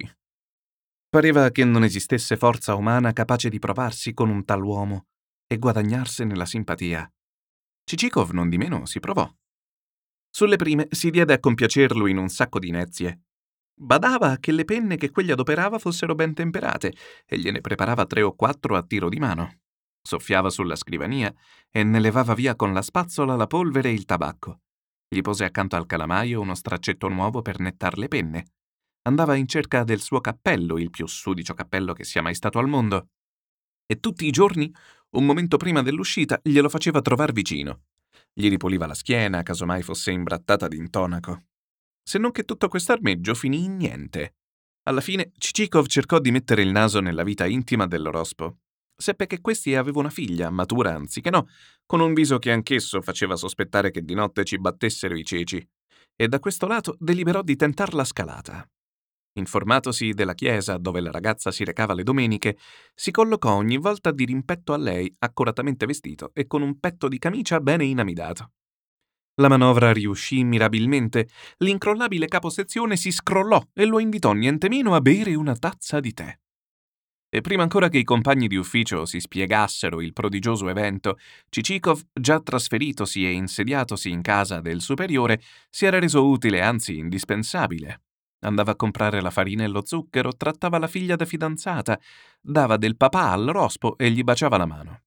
Pareva che non esistesse forza umana capace di provarsi con un tal uomo e guadagnarsene la simpatia. Cicikov non di meno si provò. Sulle prime si diede a compiacerlo in un sacco di inezie. Badava che le penne che quegli adoperava fossero ben temperate e gliene preparava 3 o 4 a tiro di mano. Soffiava sulla scrivania e ne levava via con la spazzola la polvere e il tabacco. Gli pose accanto al calamaio uno straccetto nuovo per nettar le penne. Andava in cerca del suo cappello, il più sudicio cappello che sia mai stato al mondo, e tutti i giorni, un momento prima dell'uscita, glielo faceva trovar vicino. Gli ripuliva la schiena, casomai fosse imbrattata d'intonaco. Se non che tutto quest'armeggio finì in niente. Alla fine Cicikov cercò di mettere il naso nella vita intima dell'orospo. Seppe che questi aveva una figlia, matura anziché no, con un viso che anch'esso faceva sospettare che di notte ci battessero i ceci, e da questo lato deliberò di tentar la scalata. Informatosi della chiesa dove la ragazza si recava le domeniche, si collocò ogni volta di rimpetto a lei, accuratamente vestito e con un petto di camicia bene inamidato. La manovra riuscì mirabilmente. L'incrollabile caposezione si scrollò e lo invitò nientemeno a bere una tazza di tè. E prima ancora che i compagni di ufficio si spiegassero il prodigioso evento, Cicikov, già trasferitosi e insediatosi in casa del superiore, si era reso utile, anzi indispensabile. Andava a comprare la farina e lo zucchero, trattava la figlia da fidanzata, dava del papà al rospo e gli baciava la mano.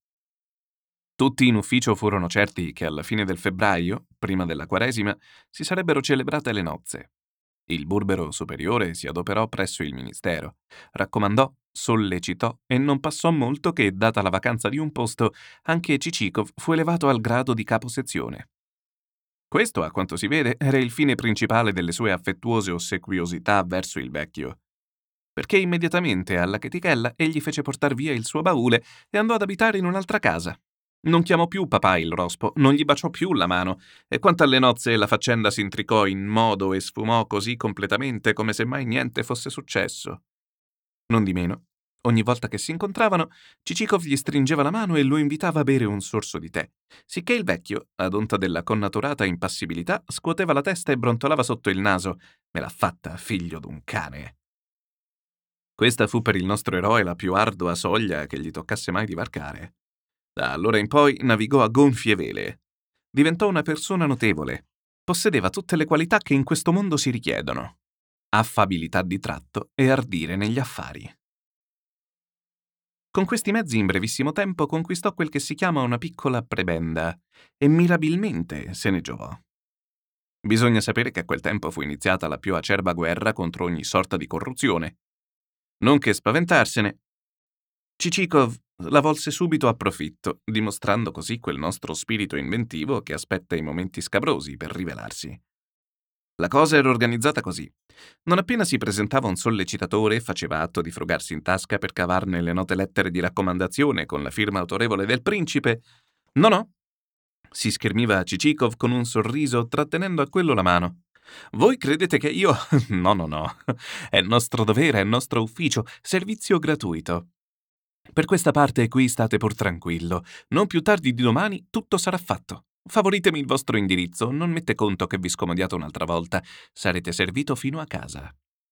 Tutti in ufficio furono certi che alla fine del febbraio, prima della Quaresima, si sarebbero celebrate le nozze. Il burbero superiore si adoperò presso il ministero, raccomandò, sollecitò e non passò molto che, data la vacanza di un posto, anche Cicikov fu elevato al grado di caposezione. Questo, a quanto si vede, era il fine principale delle sue affettuose ossequiosità verso il vecchio, perché immediatamente alla chetichella egli fece portar via il suo baule e andò ad abitare in un'altra casa. Non chiamò più papà il rospo, non gli baciò più la mano, e quanto alle nozze la faccenda si intricò in modo e sfumò così completamente come se mai niente fosse successo. Non di meno, ogni volta che si incontravano, Cicikov gli stringeva la mano e lo invitava a bere un sorso di tè, sicché il vecchio, ad onta della connaturata impassibilità, scuoteva la testa e brontolava sotto il naso: «Me l'ha fatta, figlio d'un cane!» Questa fu per il nostro eroe la più ardua soglia che gli toccasse mai di varcare. Da allora in poi navigò a gonfie vele. Diventò una persona notevole. Possedeva tutte le qualità che in questo mondo si richiedono: affabilità di tratto e ardire negli affari. Con questi mezzi in brevissimo tempo conquistò quel che si chiama una piccola prebenda e mirabilmente se ne giovò. Bisogna sapere che a quel tempo fu iniziata la più acerba guerra contro ogni sorta di corruzione. Non che spaventarsene, Cicikov la volse subito a profitto, dimostrando così quel nostro spirito inventivo che aspetta i momenti scabrosi per rivelarsi. La cosa era organizzata così. Non appena si presentava un sollecitatore e faceva atto di frugarsi in tasca per cavarne le note lettere di raccomandazione con la firma autorevole del principe, no, no, si schermiva Cicikov con un sorriso trattenendo a quello la mano. Voi credete che io... No, no, no. È nostro dovere, è nostro ufficio, servizio gratuito. Per questa parte qui state pur tranquillo. Non più tardi di domani tutto sarà fatto. Favoritemi il vostro indirizzo, non mette conto che vi scomodiate un'altra volta. Sarete servito fino a casa.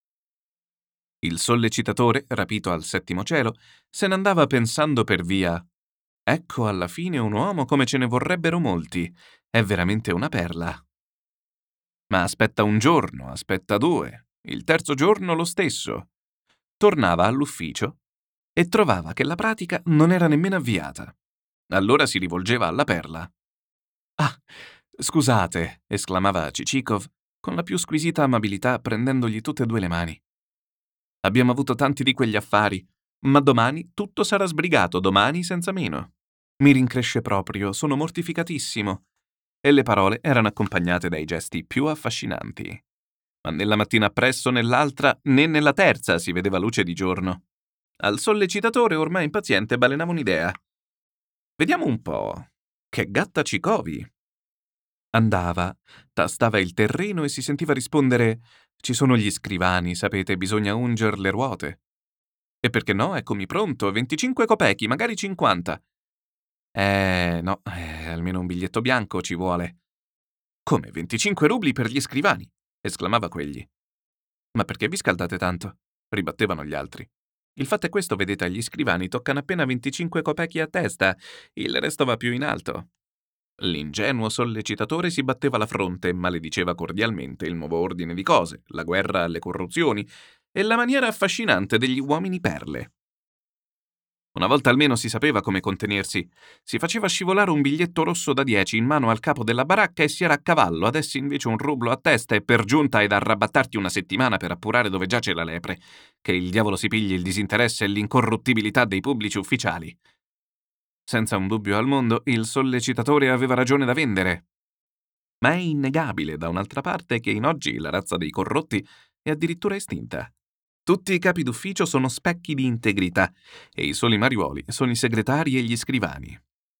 Il sollecitatore, rapito al settimo cielo, se n'andava pensando per via. Ecco alla fine un uomo come ce ne vorrebbero molti. È veramente una perla. Ma aspetta un giorno, aspetta due, il terzo giorno lo stesso. Tornava all'ufficio e trovava che la pratica non era nemmeno avviata. Allora si rivolgeva alla perla. «Ah, scusate», esclamava Cicikov con la più squisita amabilità prendendogli tutte e due le mani. «Abbiamo avuto tanti di quegli affari, ma domani tutto sarà sbrigato, domani senza meno. Mi rincresce proprio, sono mortificatissimo». E le parole erano accompagnate dai gesti più affascinanti. Ma nella mattina appresso, nell'altra, né nella terza si vedeva luce di giorno. Al sollecitatore, ormai impaziente, balenava un'idea. «Vediamo un po'. Che gatta Cicovi!» Andava, tastava il terreno e si sentiva rispondere: «Ci sono gli scrivani, sapete, bisogna unger le ruote». «E perché no? Eccomi pronto, 25 copechi, magari 50». No, almeno un biglietto bianco ci vuole». «Come 25 rubli per gli scrivani?» esclamava quegli. «Ma perché vi scaldate tanto?» ribattevano gli altri. «Il fatto è questo, vedete, agli scrivani toccano appena 25 copechi a testa, il resto va più in alto». L'ingenuo sollecitatore si batteva la fronte e malediceva cordialmente il nuovo ordine di cose, la guerra alle corruzioni e la maniera affascinante degli uomini perle. Una volta almeno si sapeva come contenersi. Si faceva scivolare un biglietto rosso da 10 in mano al capo della baracca e si era a cavallo, adesso invece un rublo a testa e per giunta è da arrabattarti una settimana per appurare dove giace la lepre. Che il diavolo si pigli il disinteresse e l'incorruttibilità dei pubblici ufficiali. Senza un dubbio al mondo, il sollecitatore aveva ragione da vendere. Ma è innegabile, da un'altra parte, che in oggi la razza dei corrotti è addirittura estinta. Tutti i capi d'ufficio sono specchi di integrità e i soli mariuoli sono i segretari e gli scrivani.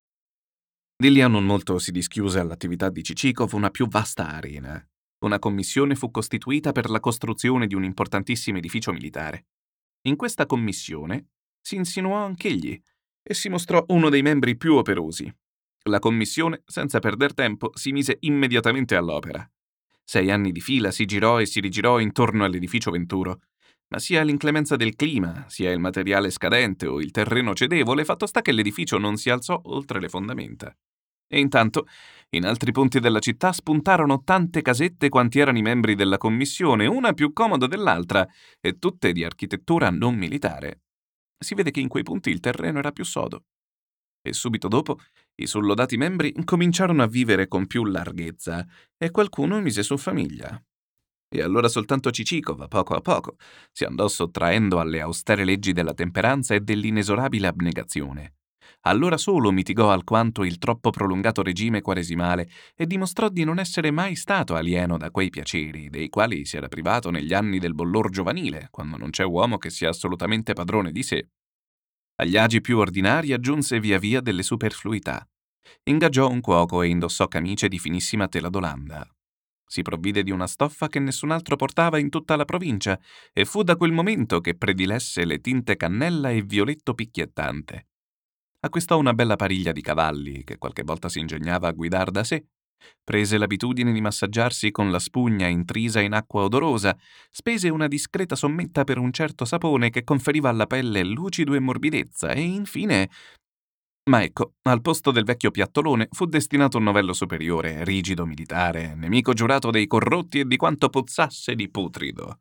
Di lì a non molto si dischiuse all'attività di Cicikov una più vasta arena. Una commissione fu costituita per la costruzione di un importantissimo edificio militare. In questa commissione si insinuò anch'egli e si mostrò uno dei membri più operosi. La commissione, senza perder tempo, si mise immediatamente all'opera. 6 anni di fila si girò e si rigirò intorno all'edificio Venturo, ma sia l'inclemenza del clima, sia il materiale scadente o il terreno cedevole, fatto sta che l'edificio non si alzò oltre le fondamenta. E intanto, in altri punti della città spuntarono tante casette quanti erano i membri della commissione, una più comoda dell'altra, e tutte di architettura non militare. Si vede che in quei punti il terreno era più sodo. E subito dopo i sollodati membri cominciarono a vivere con più larghezza e qualcuno mise su famiglia. E allora soltanto Cicikov, a poco, si andò sottraendo alle austere leggi della temperanza e dell'inesorabile abnegazione. Allora solo mitigò alquanto il troppo prolungato regime quaresimale e dimostrò di non essere mai stato alieno da quei piaceri, dei quali si era privato negli anni del bollor giovanile, quando non c'è uomo che sia assolutamente padrone di sé. Agli agi più ordinari aggiunse via via delle superfluità. Ingaggiò un cuoco e indossò camicie di finissima tela d'Olanda. Si provvide di una stoffa che nessun altro portava in tutta la provincia e fu da quel momento che predilesse le tinte cannella e violetto picchiettante. Acquistò una bella pariglia di cavalli che qualche volta si ingegnava a guidar da sé. Prese l'abitudine di massaggiarsi con la spugna intrisa in acqua odorosa, spese una discreta sommetta per un certo sapone che conferiva alla pelle lucido e morbidezza e infine... Ma ecco, al posto del vecchio piattolone fu destinato un novello superiore, rigido militare, nemico giurato dei corrotti e di quanto pozzasse di putrido.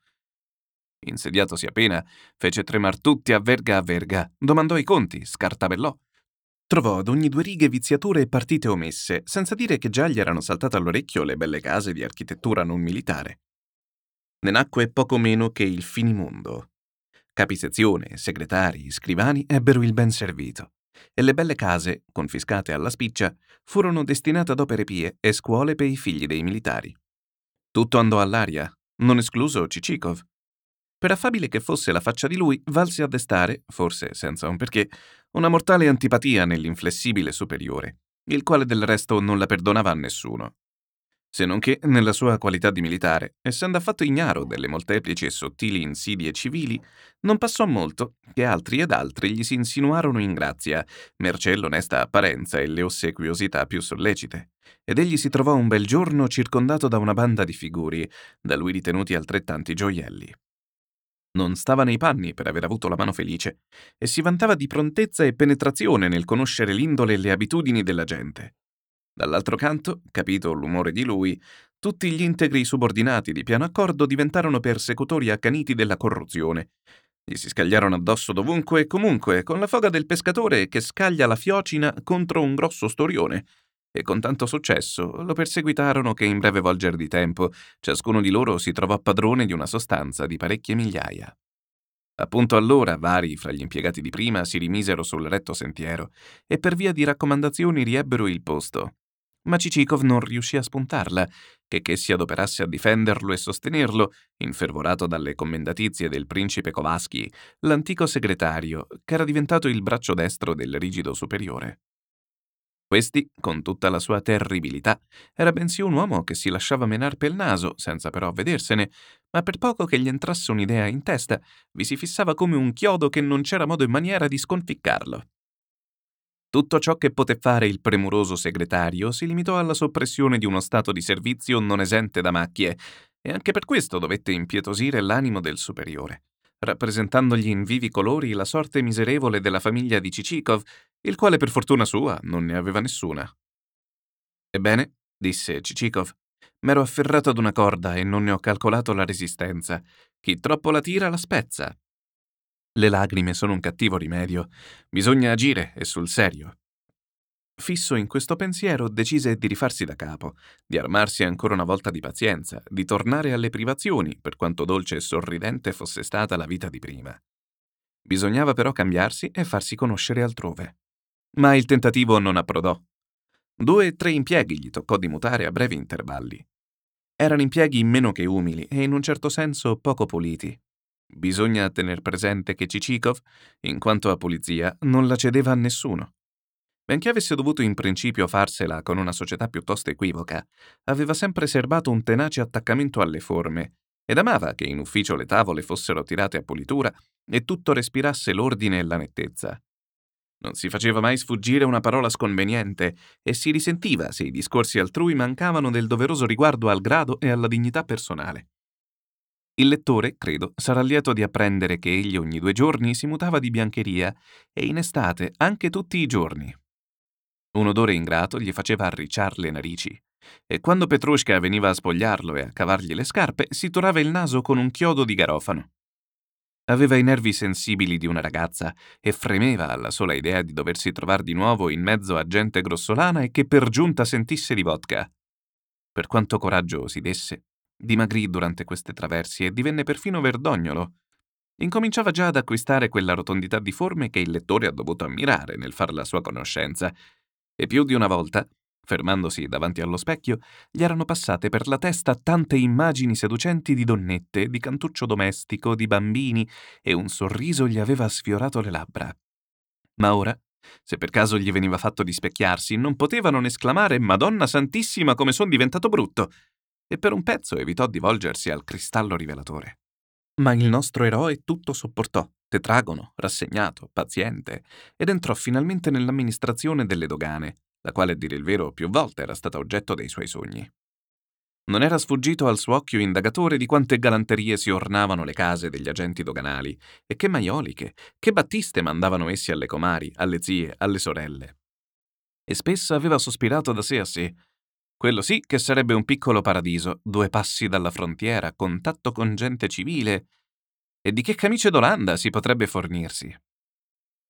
Insediatosi appena, fece tremar tutti a verga, domandò i conti, scartabellò. Trovò ad ogni due righe viziature e partite omesse, senza dire che già gli erano saltate all'orecchio le belle case di architettura non militare. Ne nacque poco meno che il finimondo. Capi sezione, segretari, scrivani ebbero il ben servito, e le belle case, confiscate alla spiccia, furono destinate ad opere pie e scuole per i figli dei militari. Tutto andò all'aria, non escluso Cicikov. Per affabile che fosse la faccia di lui, valse a destare, forse senza un perché, una mortale antipatia nell'inflessibile superiore, il quale del resto non la perdonava a nessuno. Se non che, nella sua qualità di militare, essendo affatto ignaro delle molteplici e sottili insidie civili, non passò molto che altri ed altri gli si insinuarono in grazia, mercé l'onesta apparenza e le ossequiosità più sollecite, ed egli si trovò un bel giorno circondato da una banda di figuri, da lui ritenuti altrettanti gioielli. Non stava nei panni per aver avuto la mano felice, e si vantava di prontezza e penetrazione nel conoscere l'indole e le abitudini della gente. Dall'altro canto, capito l'umore di lui, tutti gli integri subordinati di piano accordo diventarono persecutori accaniti della corruzione. Gli si scagliarono addosso dovunque e comunque, con la foga del pescatore che scaglia la fiocina contro un grosso storione, e con tanto successo lo perseguitarono che in breve volger di tempo ciascuno di loro si trovò padrone di una sostanza di parecchie migliaia. Appunto allora vari fra gli impiegati di prima si rimisero sul retto sentiero e per via di raccomandazioni riebbero il posto. Ma Cicikov non riuscì a spuntarla, che si adoperasse a difenderlo e sostenerlo, infervorato dalle commendatizie del principe Kovaski, l'antico segretario, che era diventato il braccio destro del rigido superiore. Questi, con tutta la sua terribilità, era bensì un uomo che si lasciava menar pel naso, senza però vedersene, ma per poco che gli entrasse un'idea in testa, vi si fissava come un chiodo che non c'era modo e maniera di sconficcarlo. Tutto ciò che poté fare il premuroso segretario si limitò alla soppressione di uno stato di servizio non esente da macchie, e anche per questo dovette impietosire l'animo del superiore, rappresentandogli in vivi colori la sorte miserevole della famiglia di Cicikov, il quale per fortuna sua non ne aveva nessuna. Ebbene, disse Cicikov, m'ero afferrato ad una corda e non ne ho calcolato la resistenza. Chi troppo la tira la spezza. Le lagrime sono un cattivo rimedio. Bisogna agire, e sul serio. Fisso in questo pensiero, decise di rifarsi da capo, di armarsi ancora una volta di pazienza, di tornare alle privazioni, per quanto dolce e sorridente fosse stata la vita di prima. Bisognava però cambiarsi e farsi conoscere altrove. Ma il tentativo non approdò. 2 o 3 impieghi gli toccò di mutare a brevi intervalli. Erano impieghi meno che umili e in un certo senso poco puliti. Bisogna tener presente che Cicikov, in quanto a pulizia, non la cedeva a nessuno. Benché avesse dovuto in principio farsela con una società piuttosto equivoca, aveva sempre serbato un tenace attaccamento alle forme ed amava che in ufficio le tavole fossero tirate a pulitura e tutto respirasse l'ordine e la nettezza. Non si faceva mai sfuggire una parola sconveniente e si risentiva se i discorsi altrui mancavano del doveroso riguardo al grado e alla dignità personale. Il lettore, credo, sarà lieto di apprendere che egli ogni 2 giorni si mutava di biancheria e in estate anche tutti i giorni. Un odore ingrato gli faceva arricciar le narici, e quando Petrushka veniva a spogliarlo e a cavargli le scarpe, si torava il naso con un chiodo di garofano. Aveva i nervi sensibili di una ragazza e fremeva alla sola idea di doversi trovar di nuovo in mezzo a gente grossolana e che per giunta sentisse di vodka. Per quanto coraggio si desse, dimagrì durante queste traversie e divenne perfino verdognolo. Incominciava già ad acquistare quella rotondità di forme che il lettore ha dovuto ammirare nel far la sua conoscenza, e più di una volta, fermandosi davanti allo specchio, gli erano passate per la testa tante immagini seducenti di donnette, di cantuccio domestico, di bambini, e un sorriso gli aveva sfiorato le labbra. Ma ora, se per caso gli veniva fatto di specchiarsi, non poteva non esclamare «Madonna Santissima, come son diventato brutto!» e per un pezzo evitò di volgersi al cristallo rivelatore. Ma il nostro eroe tutto sopportò, tetragono, rassegnato, paziente, ed entrò finalmente nell'amministrazione delle dogane, la quale, a dire il vero, più volte era stata oggetto dei suoi sogni. Non era sfuggito al suo occhio indagatore di quante galanterie si ornavano le case degli agenti doganali, e che maioliche, che battiste mandavano essi alle comari, alle zie, alle sorelle. E spesso aveva sospirato da sé a sé: quello sì che sarebbe un piccolo paradiso, 2 passi dalla frontiera, contatto con gente civile, e di che camicie d'Olanda si potrebbe fornirsi.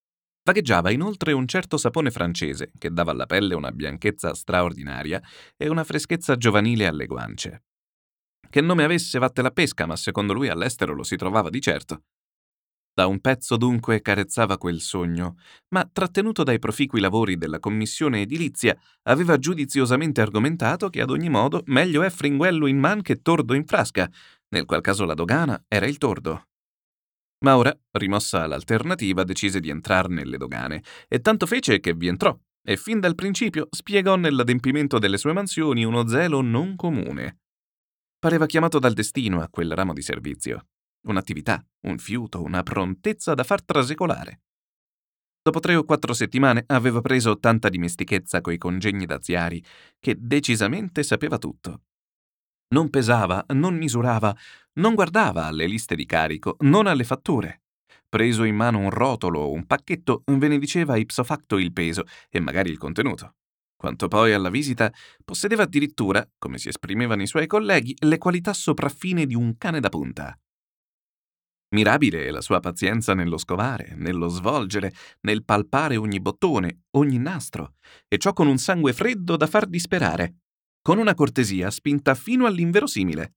Vagheggiava inoltre un certo sapone francese che dava alla pelle una bianchezza straordinaria e una freschezza giovanile alle guance. Che nome avesse vatte la pesca, ma secondo lui all'estero lo si trovava di certo. Da un pezzo dunque carezzava quel sogno, ma trattenuto dai proficui lavori della commissione edilizia, aveva giudiziosamente argomentato che ad ogni modo meglio è fringuello in man che tordo in frasca, nel qual caso la dogana era il tordo. Ma ora, rimossa l'alternativa, decise di entrar nelle dogane, e tanto fece che vi entrò, e fin dal principio spiegò nell'adempimento delle sue mansioni uno zelo non comune. Pareva chiamato dal destino a quel ramo di servizio. Un'attività, un fiuto, una prontezza da far trasecolare. Dopo 3 o 4 settimane aveva preso tanta dimestichezza coi congegni daziari che decisamente sapeva tutto. Non pesava, non misurava, non guardava alle liste di carico, non alle fatture. Preso in mano un rotolo o un pacchetto, ve ne diceva ipso facto il peso e magari il contenuto. Quanto poi alla visita, possedeva addirittura, come si esprimevano i suoi colleghi, le qualità sopraffine di un cane da punta. Mirabile è la sua pazienza nello scovare, nello svolgere, nel palpare ogni bottone, ogni nastro, e ciò con un sangue freddo da far disperare, con una cortesia spinta fino all'inverosimile.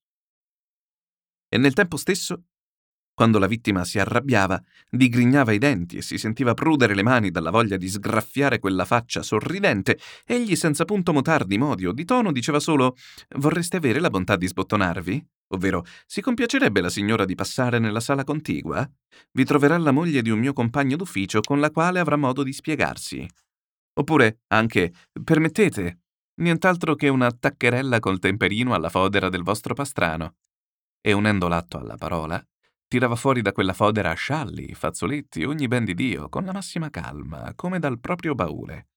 E nel tempo stesso, quando la vittima si arrabbiava, digrignava i denti e si sentiva prudere le mani dalla voglia di sgraffiare quella faccia sorridente, egli senza punto mutar di modi o di tono diceva solo «Vorreste avere la bontà di sbottonarvi?» Ovvero «Si compiacerebbe la signora di passare nella sala contigua? Vi troverà la moglie di un mio compagno d'ufficio con la quale avrà modo di spiegarsi». Oppure anche «Permettete?» Nient'altro che una taccherella col temperino alla fodera del vostro pastrano. E unendo l'atto alla parola, tirava fuori da quella fodera scialli, fazzoletti, ogni ben di Dio, con la massima calma, come dal proprio baule.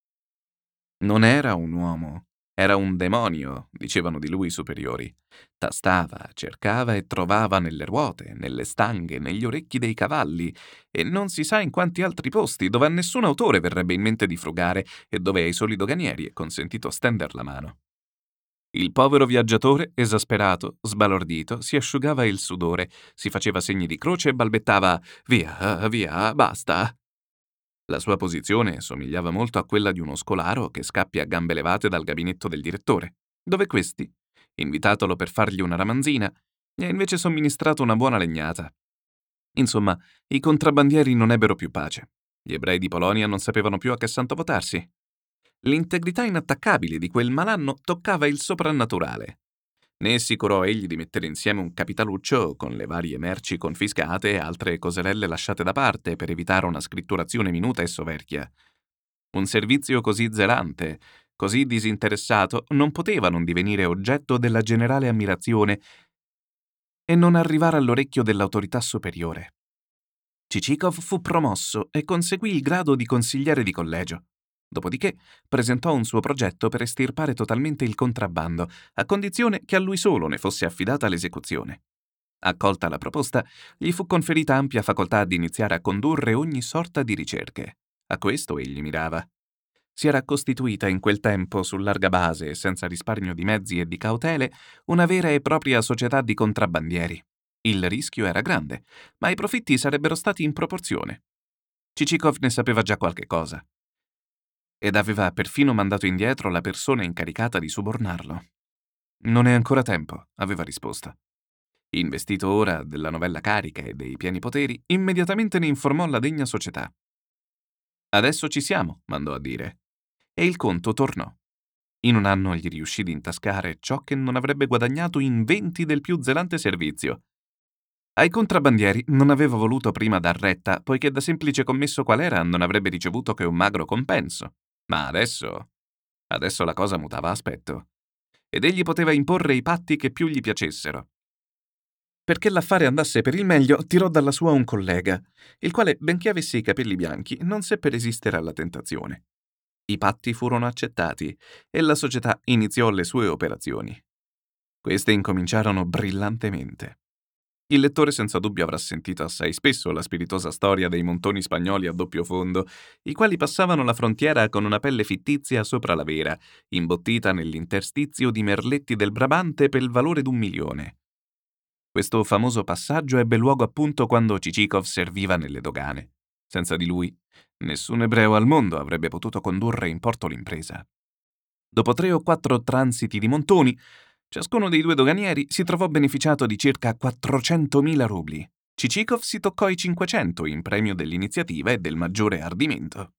Non era un uomo, era un demonio, dicevano di lui i superiori. Tastava, cercava e trovava nelle ruote, nelle stanghe, negli orecchi dei cavalli, e non si sa in quanti altri posti dove a nessun autore verrebbe in mente di frugare e dove ai soli doganieri è consentito stender la mano. Il povero viaggiatore, esasperato, sbalordito, si asciugava il sudore, si faceva segni di croce e balbettava «Via, via, basta!». La sua posizione somigliava molto a quella di uno scolaro che scappia a gambe levate dal gabinetto del direttore, dove questi, invitatolo per fargli una ramanzina, gli ha invece somministrato una buona legnata. Insomma, i contrabbandieri non ebbero più pace. Gli ebrei di Polonia non sapevano più a che santo votarsi. L'integrità inattaccabile di quel malanno toccava il soprannaturale. Né si curò egli di mettere insieme un capitaluccio con le varie merci confiscate e altre coserelle lasciate da parte per evitare una scritturazione minuta e soverchia. Un servizio così zelante, così disinteressato, non poteva non divenire oggetto della generale ammirazione e non arrivare all'orecchio dell'autorità superiore. Cicikov fu promosso e conseguì il grado di consigliere di collegio. Dopodiché presentò un suo progetto per estirpare totalmente il contrabbando, a condizione che a lui solo ne fosse affidata l'esecuzione. Accolta la proposta, gli fu conferita ampia facoltà di iniziare a condurre ogni sorta di ricerche. A questo egli mirava. Si era costituita in quel tempo, su larga base e senza risparmio di mezzi e di cautele, una vera e propria società di contrabbandieri. Il rischio era grande, ma i profitti sarebbero stati in proporzione. Cicikov ne sapeva già qualche cosa ed aveva perfino mandato indietro la persona incaricata di subornarlo. «Non è ancora tempo», aveva risposto. Investito ora della novella carica e dei pieni poteri, immediatamente ne informò la degna società. «Adesso ci siamo», mandò a dire. E il conto tornò. In un anno gli riuscì di intascare ciò che non avrebbe guadagnato in 20 del più zelante servizio. Ai contrabbandieri non aveva voluto prima dar retta, poiché da semplice commesso qual era non avrebbe ricevuto che un magro compenso. Ma adesso la cosa mutava aspetto. Ed egli poteva imporre i patti che più gli piacessero. Perché l'affare andasse per il meglio, tirò dalla sua un collega, il quale, benché avesse i capelli bianchi, non seppe resistere alla tentazione. I patti furono accettati e la società iniziò le sue operazioni. Queste incominciarono brillantemente. Il lettore senza dubbio avrà sentito assai spesso la spiritosa storia dei montoni spagnoli a doppio fondo, i quali passavano la frontiera con una pelle fittizia sopra la vera, imbottita nell'interstizio di merletti del Brabante per il valore d'1.000.000. Questo famoso passaggio ebbe luogo appunto quando Cicikov serviva nelle dogane. Senza di lui, nessun ebreo al mondo avrebbe potuto condurre in porto l'impresa. Dopo 3 o 4 transiti di montoni, ciascuno dei 2 doganieri si trovò beneficiato di circa 400.000 rubli. Cicikov si toccò i 500 in premio dell'iniziativa e del maggiore ardimento.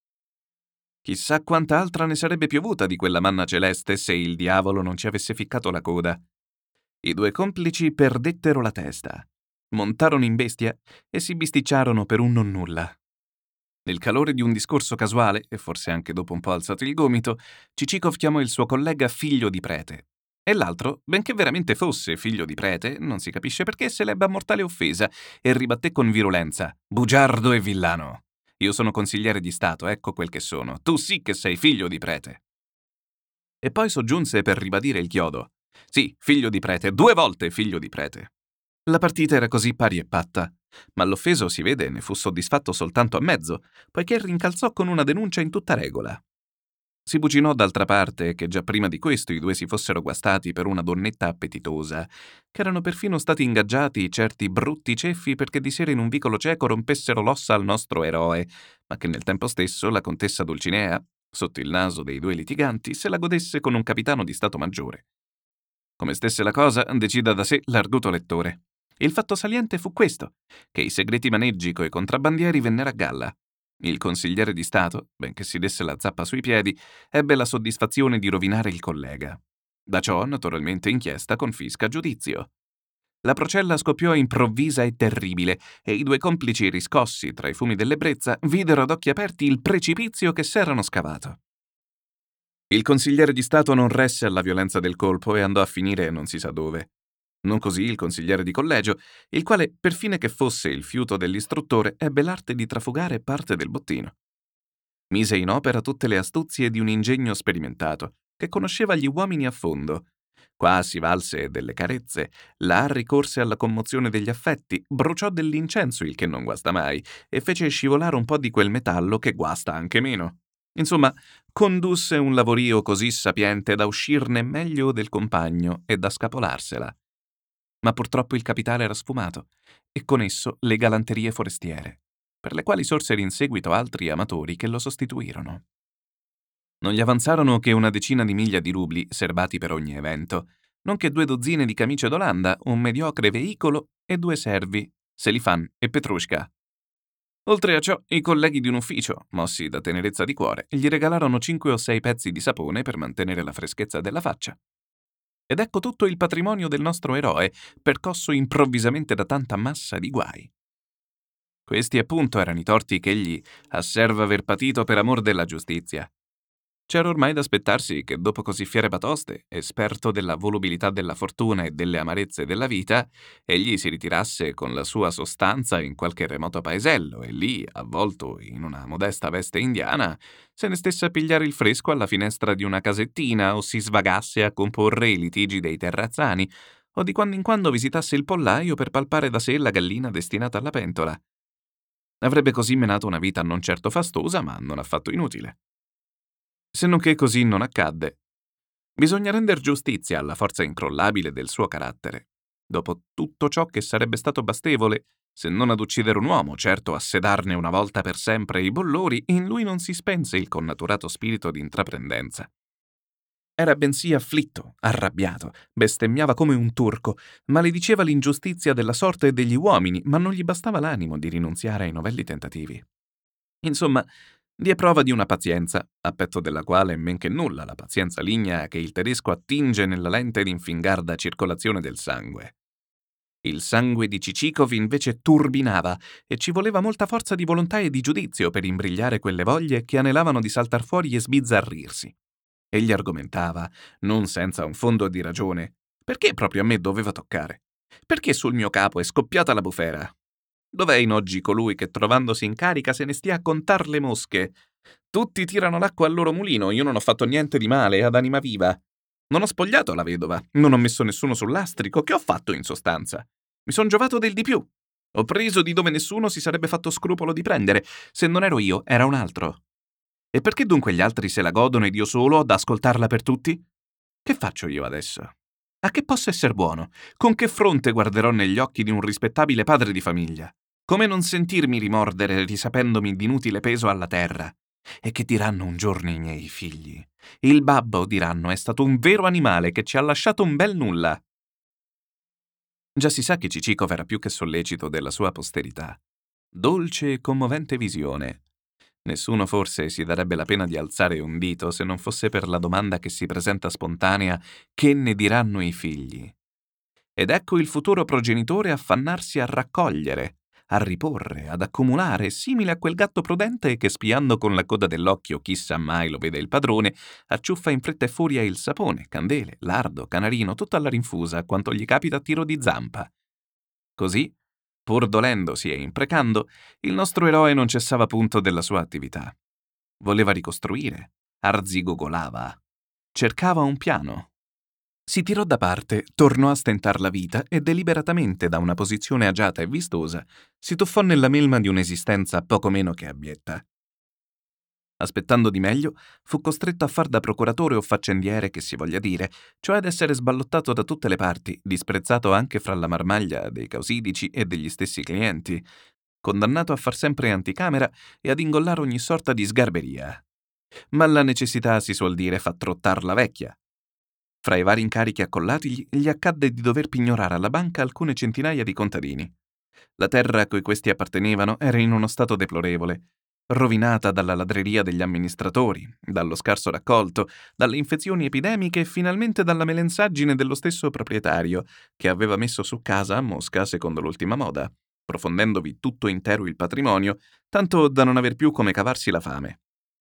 Chissà quanta altra ne sarebbe piovuta di quella manna celeste se il diavolo non ci avesse ficcato la coda. I 2 complici perdettero la testa, montarono in bestia e si bisticciarono per un nonnulla. Nel calore di un discorso casuale, e forse anche dopo un po' alzato il gomito, Cicikov chiamò il suo collega figlio di prete. E l'altro, benché veramente fosse figlio di prete, non si capisce perché, se l'ebbe a mortale offesa e ribatté con virulenza: «Bugiardo e villano! Io sono consigliere di Stato, ecco quel che sono. Tu sì che sei figlio di prete!» E poi soggiunse per ribadire il chiodo: «Sì, figlio di prete, 2 volte figlio di prete!» La partita era così pari e patta, ma l'offeso, si vede, ne fu soddisfatto soltanto a mezzo, poiché rincalzò con una denuncia in tutta regola. Si buginò d'altra parte che già prima di questo i 2 si fossero guastati per una donnetta appetitosa, che erano perfino stati ingaggiati certi brutti ceffi perché di sera in un vicolo cieco rompessero l'ossa al nostro eroe, ma che nel tempo stesso la contessa Dulcinea, sotto il naso dei 2 litiganti, se la godesse con un capitano di Stato Maggiore. Come stesse la cosa, decida da sé l'arguto lettore. Il fatto saliente fu questo, che i segreti maneggi coi contrabbandieri vennero a galla. Il consigliere di Stato, benché si desse la zappa sui piedi, ebbe la soddisfazione di rovinare il collega. Da ciò, naturalmente, inchiesta, confisca, giudizio. La procella scoppiò improvvisa e terribile, e i 2 complici riscossi tra i fumi dell'ebbrezza videro ad occhi aperti il precipizio che s'erano scavato. Il consigliere di Stato non resse alla violenza del colpo e andò a finire non si sa dove. Non così il consigliere di collegio, il quale, per fine che fosse il fiuto dell'istruttore, ebbe l'arte di trafugare parte del bottino. Mise in opera tutte le astuzie di un ingegno sperimentato, che conosceva gli uomini a fondo. Qua si valse delle carezze, là ricorse alla commozione degli affetti, bruciò dell'incenso, il che non guasta mai, e fece scivolare un po' di quel metallo che guasta anche meno. Insomma, condusse un lavorio così sapiente da uscirne meglio del compagno e da scapolarsela. Ma purtroppo il capitale era sfumato, e con esso le galanterie forestiere, per le quali sorsero in seguito altri amatori che lo sostituirono. Non gli avanzarono che una decina di miglia di rubli serbati per ogni evento, nonché 2 dozzine di camicie d'Olanda, un mediocre veicolo e 2 servi, Selifan e Petrushka. Oltre a ciò, i colleghi di un ufficio, mossi da tenerezza di cuore, gli regalarono 5 o 6 pezzi di sapone per mantenere la freschezza della faccia. Ed ecco tutto il patrimonio del nostro eroe, percosso improvvisamente da tanta massa di guai. Questi appunto erano i torti che egli asserva aver patito per amor della giustizia. C'era ormai da aspettarsi che dopo così fiere batoste, esperto della volubilità della fortuna e delle amarezze della vita, egli si ritirasse con la sua sostanza in qualche remoto paesello e lì, avvolto in una modesta veste indiana, se ne stesse a pigliare il fresco alla finestra di una casettina o si svagasse a comporre i litigi dei terrazzani o di quando in quando visitasse il pollaio per palpare da sé la gallina destinata alla pentola. Avrebbe così menato una vita non certo fastosa, ma non affatto inutile. Se non che così non accadde. Bisogna render giustizia alla forza incrollabile del suo carattere. Dopo tutto ciò che sarebbe stato bastevole, se non ad uccidere un uomo, certo a sedarne una volta per sempre i bollori, in lui non si spense il connaturato spirito di intraprendenza. Era bensì afflitto, arrabbiato, bestemmiava come un turco, malediceva l'ingiustizia della sorte e degli uomini, ma non gli bastava l'animo di rinunziare ai novelli tentativi. Insomma, diè prova di una pazienza, a petto della quale men che nulla la pazienza lignea che il tedesco attinge nella lente ed infingarda circolazione del sangue. Il sangue di Cicikov invece turbinava e ci voleva molta forza di volontà e di giudizio per imbrigliare quelle voglie che anelavano di saltar fuori e sbizzarrirsi. Egli argomentava, non senza un fondo di ragione, perché proprio a me doveva toccare? Perché sul mio capo è scoppiata la bufera? Dov'è in oggi colui che trovandosi in carica se ne stia a contar le mosche? Tutti tirano l'acqua al loro mulino, io non ho fatto niente di male, ad anima viva. Non ho spogliato la vedova, non ho messo nessuno sul lastrico, che ho fatto in sostanza? Mi son giovato del di più. Ho preso di dove nessuno si sarebbe fatto scrupolo di prendere. Se non ero io, era un altro. E perché dunque gli altri se la godono ed io solo ad ascoltarla per tutti? Che faccio io adesso? A che posso esser buono? Con che fronte guarderò negli occhi di un rispettabile padre di famiglia? Come non sentirmi rimordere risapendomi d'inutile peso alla terra? E che diranno un giorno i miei figli? Il babbo, diranno, è stato un vero animale che ci ha lasciato un bel nulla. Già si sa che Cicikov era più che sollecito della sua posterità. Dolce e commovente visione. Nessuno forse si darebbe la pena di alzare un dito se non fosse per la domanda che si presenta spontanea: che ne diranno i figli? Ed ecco il futuro progenitore affannarsi a raccogliere, a riporre, ad accumulare, simile a quel gatto prudente che, spiando con la coda dell'occhio chissà mai lo vede il padrone, acciuffa in fretta e furia il sapone, candele, lardo, canarino, tutto alla rinfusa, quanto gli capita a tiro di zampa. Così, pur dolendosi e imprecando, il nostro eroe non cessava punto della sua attività. Voleva ricostruire, arzigogolava, cercava un piano. Si tirò da parte, tornò a stentar la vita e deliberatamente, da una posizione agiata e vistosa, si tuffò nella melma di un'esistenza poco meno che abietta. Aspettando di meglio, fu costretto a far da procuratore o faccendiere che si voglia dire, cioè ad essere sballottato da tutte le parti, disprezzato anche fra la marmaglia dei causidici e degli stessi clienti, condannato a far sempre anticamera e ad ingollare ogni sorta di sgarberia. Ma la necessità, si suol dire, fa trottar la vecchia. Fra i vari incarichi accollatigli, gli accadde di dover pignorare alla banca alcune centinaia di contadini. La terra a cui questi appartenevano era in uno stato deplorevole, rovinata dalla ladreria degli amministratori, dallo scarso raccolto, dalle infezioni epidemiche e finalmente dalla melensaggine dello stesso proprietario, che aveva messo su casa a Mosca secondo l'ultima moda, profondendovi tutto intero il patrimonio, tanto da non aver più come cavarsi la fame.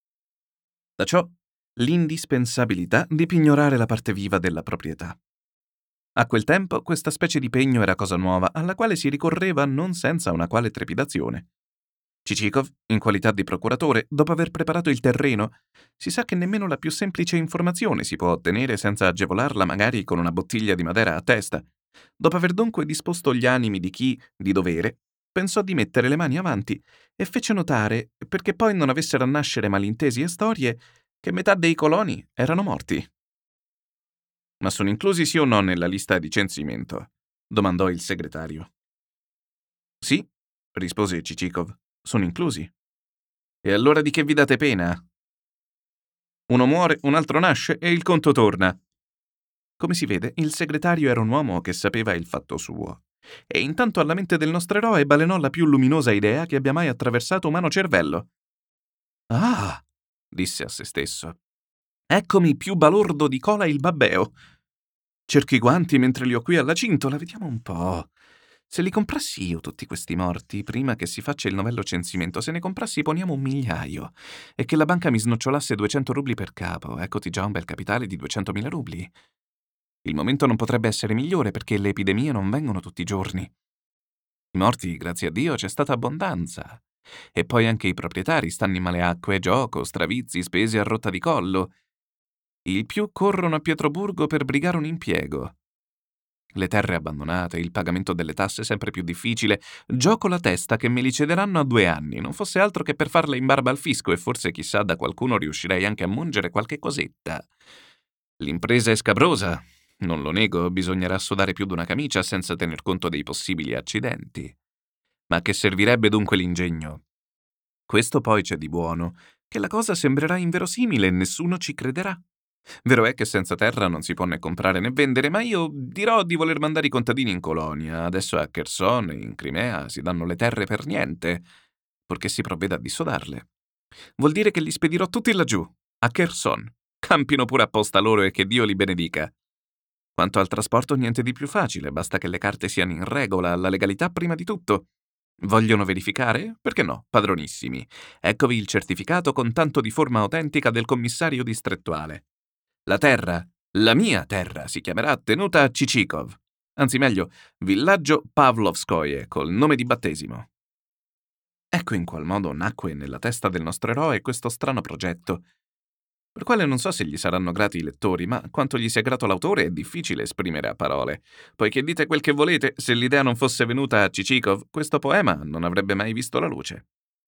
Da ciò, l'indispensabilità di pignorare la parte viva della proprietà. A quel tempo questa specie di pegno era cosa nuova, alla quale si ricorreva non senza una quale trepidazione. Cicikov, in qualità di procuratore, dopo aver preparato il terreno, si sa che nemmeno la più semplice informazione si può ottenere senza agevolarla magari con una bottiglia di Madera a testa. Dopo aver dunque disposto gli animi di chi, di dovere, pensò di mettere le mani avanti e fece notare, perché poi non avessero a nascere malintesi e storie, che metà dei coloni erano morti. «Ma sono inclusi sì o no nella lista di censimento?» domandò il segretario. «Sì», rispose Cicikov, «sono inclusi». «E allora di che vi date pena?» «Uno muore, un altro nasce e il conto torna». Come si vede, il segretario era un uomo che sapeva il fatto suo. E intanto alla mente del nostro eroe balenò la più luminosa idea che abbia mai attraversato umano cervello. «Ah!» disse a se stesso. «Eccomi più balordo di cola il babbeo. Cerco i guanti mentre li ho qui alla cintola, vediamo un po'. Se li comprassi io tutti questi morti, prima che si faccia il novello censimento, se ne comprassi poniamo 1 migliaio, e che la banca mi snocciolasse 200 rubli per capo, eccoti già un bel capitale di 200.000 rubli. Il momento non potrebbe essere migliore perché le epidemie non vengono tutti i giorni. I morti, grazie a Dio, c'è stata abbondanza. E poi anche i proprietari stanno in male acque, gioco, stravizi, spese a rotta di collo. Il più corrono a Pietroburgo per brigare un impiego. Le terre abbandonate, il pagamento delle tasse sempre più difficile. Gioco la testa che me li cederanno a 2 anni, non fosse altro che per farla in barba al fisco e forse chissà da qualcuno riuscirei anche a mungere qualche cosetta. L'impresa è scabrosa, non lo nego, bisognerà sudare più d'una camicia senza tener conto dei possibili accidenti. Ma a che servirebbe dunque l'ingegno? Questo poi c'è di buono, che la cosa sembrerà inverosimile e nessuno ci crederà. Vero è che senza terra non si può né comprare né vendere, ma io dirò di voler mandare i contadini in colonia. Adesso a Kherson e in Crimea si danno le terre per niente, purché si provveda a dissodarle. Vuol dire che li spedirò tutti laggiù, a Kherson. Campino pure apposta loro e che Dio li benedica. Quanto al trasporto, niente di più facile, basta che le carte siano in regola, la legalità prima di tutto. Vogliono verificare? Perché no, padronissimi. Eccovi il certificato con tanto di forma autentica del commissario distrettuale. La terra, la mia terra, si chiamerà tenuta a Cicikov. Anzi meglio, villaggio Pavlovskoye, col nome di battesimo. Ecco in qual modo nacque nella testa del nostro eroe questo strano progetto, per quale non so se gli saranno grati i lettori, ma quanto gli sia grato l'autore è difficile esprimere a parole. Poiché dite quel che volete, se l'idea non fosse venuta a Cicikov, questo poema non avrebbe mai visto la luce.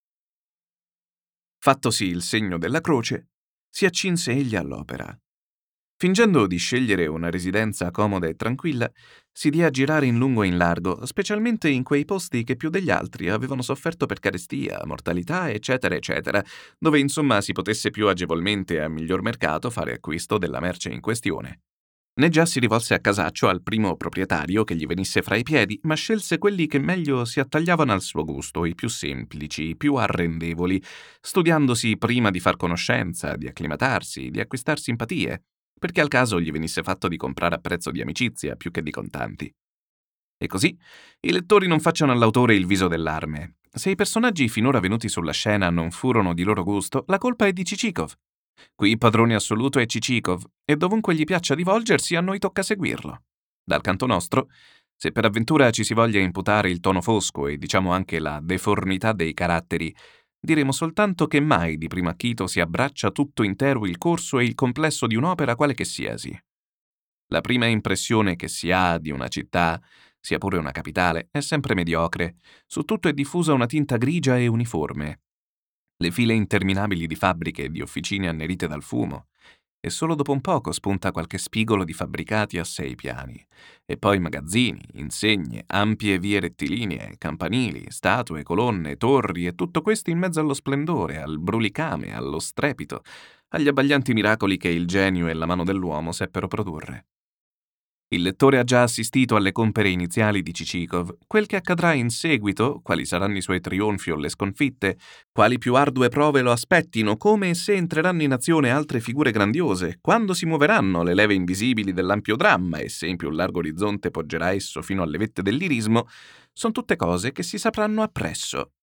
Fattosi il segno della croce, si accinse egli all'opera. Fingendo di scegliere una residenza comoda e tranquilla, Si dia a girare in lungo e in largo, specialmente in quei posti che più degli altri avevano sofferto per carestia, mortalità, eccetera, eccetera, dove insomma si potesse più agevolmente e a miglior mercato fare acquisto della merce in questione. Né già si rivolse a casaccio al primo proprietario che gli venisse fra i piedi, ma scelse quelli che meglio si attagliavano al suo gusto, i più semplici, i più arrendevoli, studiandosi prima di far conoscenza, di acclimatarsi, di acquistar simpatie, perché al caso gli venisse fatto di comprare a prezzo di amicizia più che di contanti. E così i lettori non facciano all'autore il viso dell'arme. Se i personaggi finora venuti sulla scena non furono di loro gusto, la colpa è di Cicikov. Qui padrone assoluto è Cicikov, e dovunque gli piaccia rivolgersi a noi tocca seguirlo. Dal canto nostro, se per avventura ci si voglia imputare il tono fosco e diciamo anche la deformità dei caratteri, diremo soltanto che mai di primo acchito si abbraccia tutto intero il corso e il complesso di un'opera quale che siasi. La prima impressione che si ha di una città, sia pure una capitale, è sempre mediocre. Su tutto è diffusa una tinta grigia e uniforme. Le file interminabili di fabbriche e di officine annerite dal fumo, e solo dopo un poco spunta qualche spigolo di fabbricati a 6 piani, e poi magazzini, insegne, ampie vie rettilinee, campanili, statue, colonne, torri, e tutto questo in mezzo allo splendore, al brulicame, allo strepito, agli abbaglianti miracoli che il genio e la mano dell'uomo seppero produrre. Il lettore ha già assistito alle compere iniziali di Cicikov. Quel che accadrà in seguito, quali saranno i suoi trionfi o le sconfitte, quali più ardue prove lo aspettino, come e se entreranno in azione altre figure grandiose, quando si muoveranno le leve invisibili dell'ampio dramma e se in più largo orizzonte poggerà esso fino alle vette del lirismo, sono tutte cose che si sapranno appresso.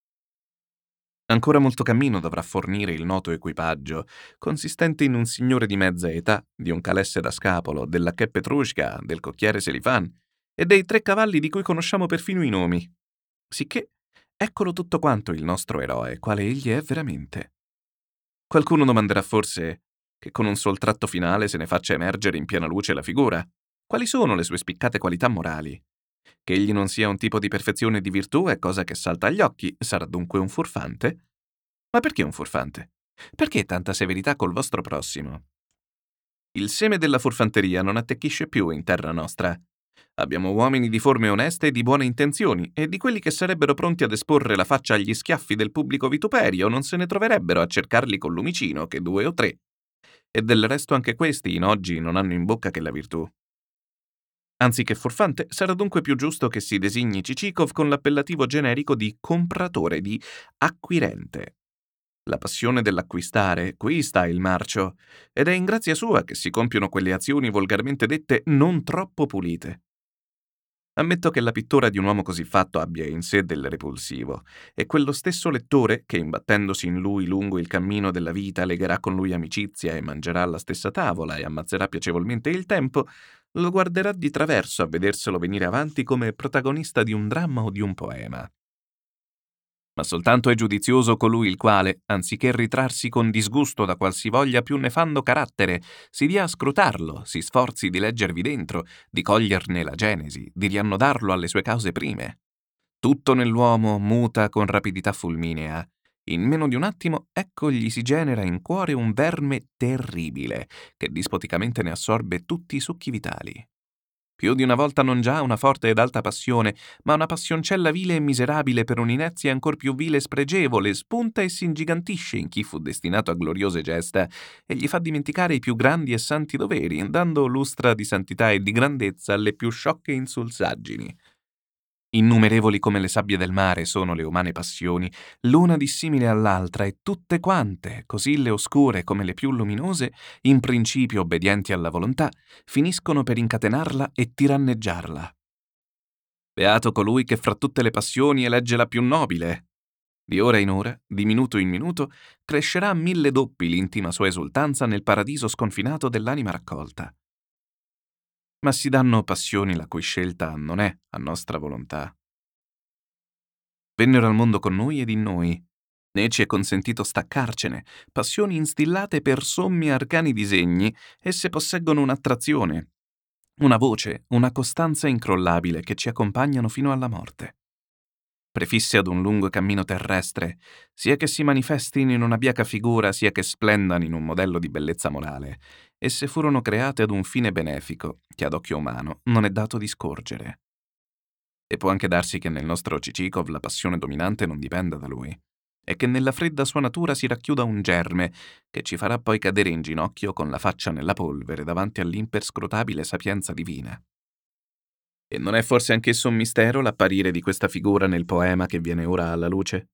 Ancora molto cammino dovrà fornire il noto equipaggio, consistente in un signore di mezza età, di un calesse da scapolo, della che Petrushka, del cocchiere Selifan e dei 3 cavalli di cui conosciamo perfino i nomi. Sicché, eccolo tutto quanto il nostro eroe, quale egli è veramente. Qualcuno domanderà forse che con un sol tratto finale se ne faccia emergere in piena luce la figura. Quali sono le sue spiccate qualità morali? Che egli non sia un tipo di perfezione e di virtù è cosa che salta agli occhi, sarà dunque un furfante? Ma perché un furfante? Perché tanta severità col vostro prossimo? Il seme della furfanteria non attecchisce più in terra nostra. Abbiamo uomini di forme oneste e di buone intenzioni, e di quelli che sarebbero pronti ad esporre la faccia agli schiaffi del pubblico vituperio non se ne troverebbero a cercarli col lumicino, che 2 o 3. E del resto anche questi in oggi non hanno in bocca che la virtù. Anziché furfante, sarà dunque più giusto che si designi Cicikov con l'appellativo generico di compratore, di acquirente. La passione dell'acquistare, qui sta il marcio, ed è in grazia sua che si compiono quelle azioni volgarmente dette non troppo pulite. Ammetto che la pittura di un uomo così fatto abbia in sé del repulsivo, e quello stesso lettore, che imbattendosi in lui lungo il cammino della vita legherà con lui amicizia e mangerà alla stessa tavola e ammazzerà piacevolmente il tempo, lo guarderà di traverso a vederselo venire avanti come protagonista di un dramma o di un poema. Ma soltanto è giudizioso colui il quale, anziché ritrarsi con disgusto da qualsivoglia più nefando carattere, si dia a scrutarlo, si sforzi di leggervi dentro, di coglierne la genesi, di riannodarlo alle sue cause prime. Tutto nell'uomo muta con rapidità fulminea. In meno di un attimo, ecco gli si genera in cuore un verme terribile, che dispoticamente ne assorbe tutti i succhi vitali. Più di una volta non già una forte ed alta passione, ma una passioncella vile e miserabile per un'inezia ancor più vile e spregevole, spunta e si ingigantisce in chi fu destinato a gloriose gesta e gli fa dimenticare i più grandi e santi doveri, dando lustra di santità e di grandezza alle più sciocche insulsaggini. Innumerevoli come le sabbie del mare sono le umane passioni, l'una dissimile all'altra e tutte quante, così le oscure come le più luminose, in principio obbedienti alla volontà, finiscono per incatenarla e tiranneggiarla. Beato colui che fra tutte le passioni elegge la più nobile. Di ora in ora, di minuto in minuto, crescerà a 1000 doppi l'intima sua esultanza nel paradiso sconfinato dell'anima raccolta. Ma si danno passioni la cui scelta non è a nostra volontà. Vennero al mondo con noi ed in noi. Né ci è consentito staccarcene, passioni instillate per sommi arcani disegni, esse posseggono un'attrazione, una voce, una costanza incrollabile che ci accompagnano fino alla morte. prefisse ad un lungo cammino terrestre, sia che si manifestino in una biaca figura, sia che splendano in un modello di bellezza morale, esse furono create ad un fine benefico che ad occhio umano non è dato di scorgere. E può anche darsi che nel nostro Cicikov la passione dominante non dipenda da lui, e che nella fredda sua natura si racchiuda un germe che ci farà poi cadere in ginocchio con la faccia nella polvere davanti all'imperscrutabile sapienza divina. E non è forse anch'esso un mistero l'apparire di questa figura nel poema che viene ora alla luce?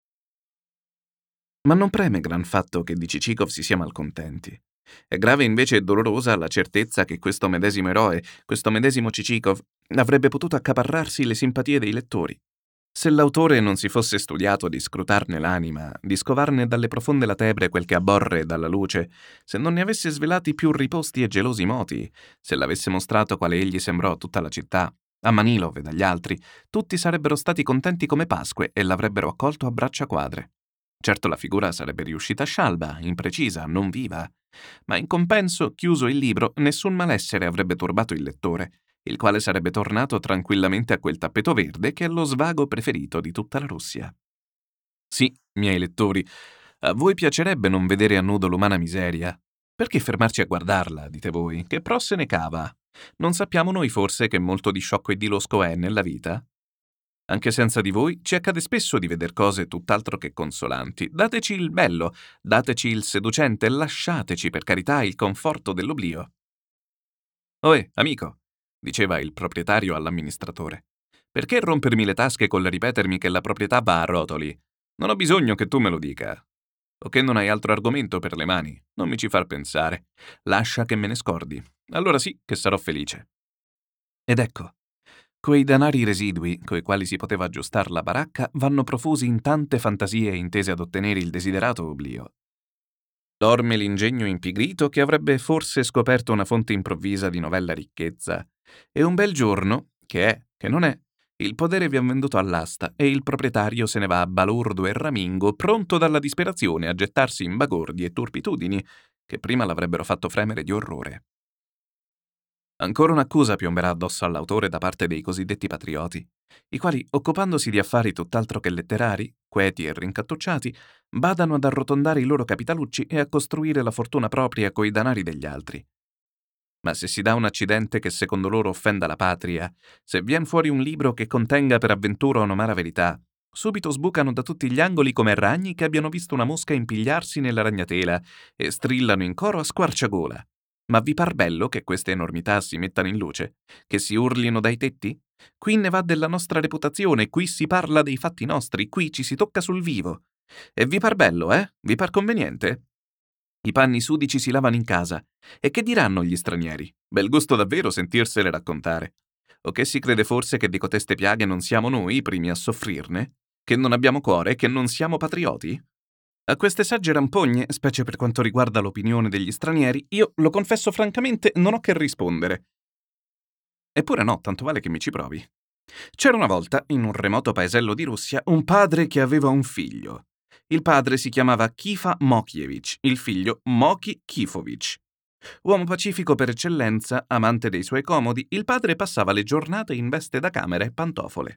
Ma non preme gran fatto che di Cicikov si sia malcontenti. È grave invece e dolorosa la certezza che questo medesimo eroe, questo medesimo Cicikov, avrebbe potuto accaparrarsi le simpatie dei lettori. Se l'autore non si fosse studiato di scrutarne l'anima, di scovarne dalle profonde latebre quel che abborre dalla luce, se non ne avesse svelati più riposti e gelosi moti, se l'avesse mostrato quale egli sembrò a tutta la città, a Manilov e dagli altri, tutti sarebbero stati contenti come Pasque e l'avrebbero accolto a braccia quadre. Certo la figura sarebbe riuscita scialba, imprecisa, non viva, ma in compenso, chiuso il libro, nessun malessere avrebbe turbato il lettore, il quale sarebbe tornato tranquillamente a quel tappeto verde che è lo svago preferito di tutta la Russia. Sì, miei lettori, a voi piacerebbe non vedere a nudo l'umana miseria? Perché fermarci a guardarla, dite voi? Che pro se ne cava? Non sappiamo noi forse che molto di sciocco e di losco è nella vita? Anche senza di voi ci accade spesso di veder cose tutt'altro che consolanti. Dateci il bello, dateci il seducente, lasciateci per carità il conforto dell'oblio. Oe, amico, diceva il proprietario all'amministratore, perché rompermi le tasche col ripetermi che la proprietà va a rotoli? Non ho bisogno che tu me lo dica. O che non hai altro argomento per le mani, non mi ci far pensare. Lascia che me ne scordi. Allora sì che sarò felice. Ed ecco, quei denari residui, coi quali si poteva aggiustar la baracca, vanno profusi in tante fantasie intese ad ottenere il desiderato oblio. Dorme l'ingegno impigrito che avrebbe forse scoperto una fonte improvvisa di novella ricchezza, e un bel giorno, che è, che non è, il podere vien venduto all'asta e il proprietario se ne va balordo e ramingo, pronto dalla disperazione a gettarsi in bagordi e turpitudini che prima l'avrebbero fatto fremere di orrore. Ancora un'accusa piomberà addosso all'autore da parte dei cosiddetti patrioti, i quali, occupandosi di affari tutt'altro che letterari, quieti e rincattucciati, badano ad arrotondare i loro capitalucci e a costruire la fortuna propria coi danari degli altri. Ma se si dà un accidente che secondo loro offenda la patria, se vien fuori un libro che contenga per avventura un'amara verità, subito sbucano da tutti gli angoli come ragni che abbiano visto una mosca impigliarsi nella ragnatela e strillano in coro a squarciagola. Ma vi par bello che queste enormità si mettano in luce? Che si urlino dai tetti? Qui ne va della nostra reputazione, qui si parla dei fatti nostri, qui ci si tocca sul vivo. E vi par bello, eh? Vi par conveniente? I panni sudici si lavano in casa. E che diranno gli stranieri? Bel gusto davvero sentirsele raccontare. O che si crede forse che di coteste piaghe non siamo noi i primi a soffrirne? Che non abbiamo cuore? Che non siamo patrioti? A queste sagge rampogne, specie per quanto riguarda l'opinione degli stranieri, io, lo confesso francamente, non ho che rispondere. Eppure no, tanto vale che mi ci provi. C'era una volta, in un remoto paesello di Russia, un padre che aveva un figlio. Il padre si chiamava Kifa Mokievich, il figlio Moki Kifovich. Uomo pacifico per eccellenza, amante dei suoi comodi, il padre passava le giornate in veste da camera e pantofole.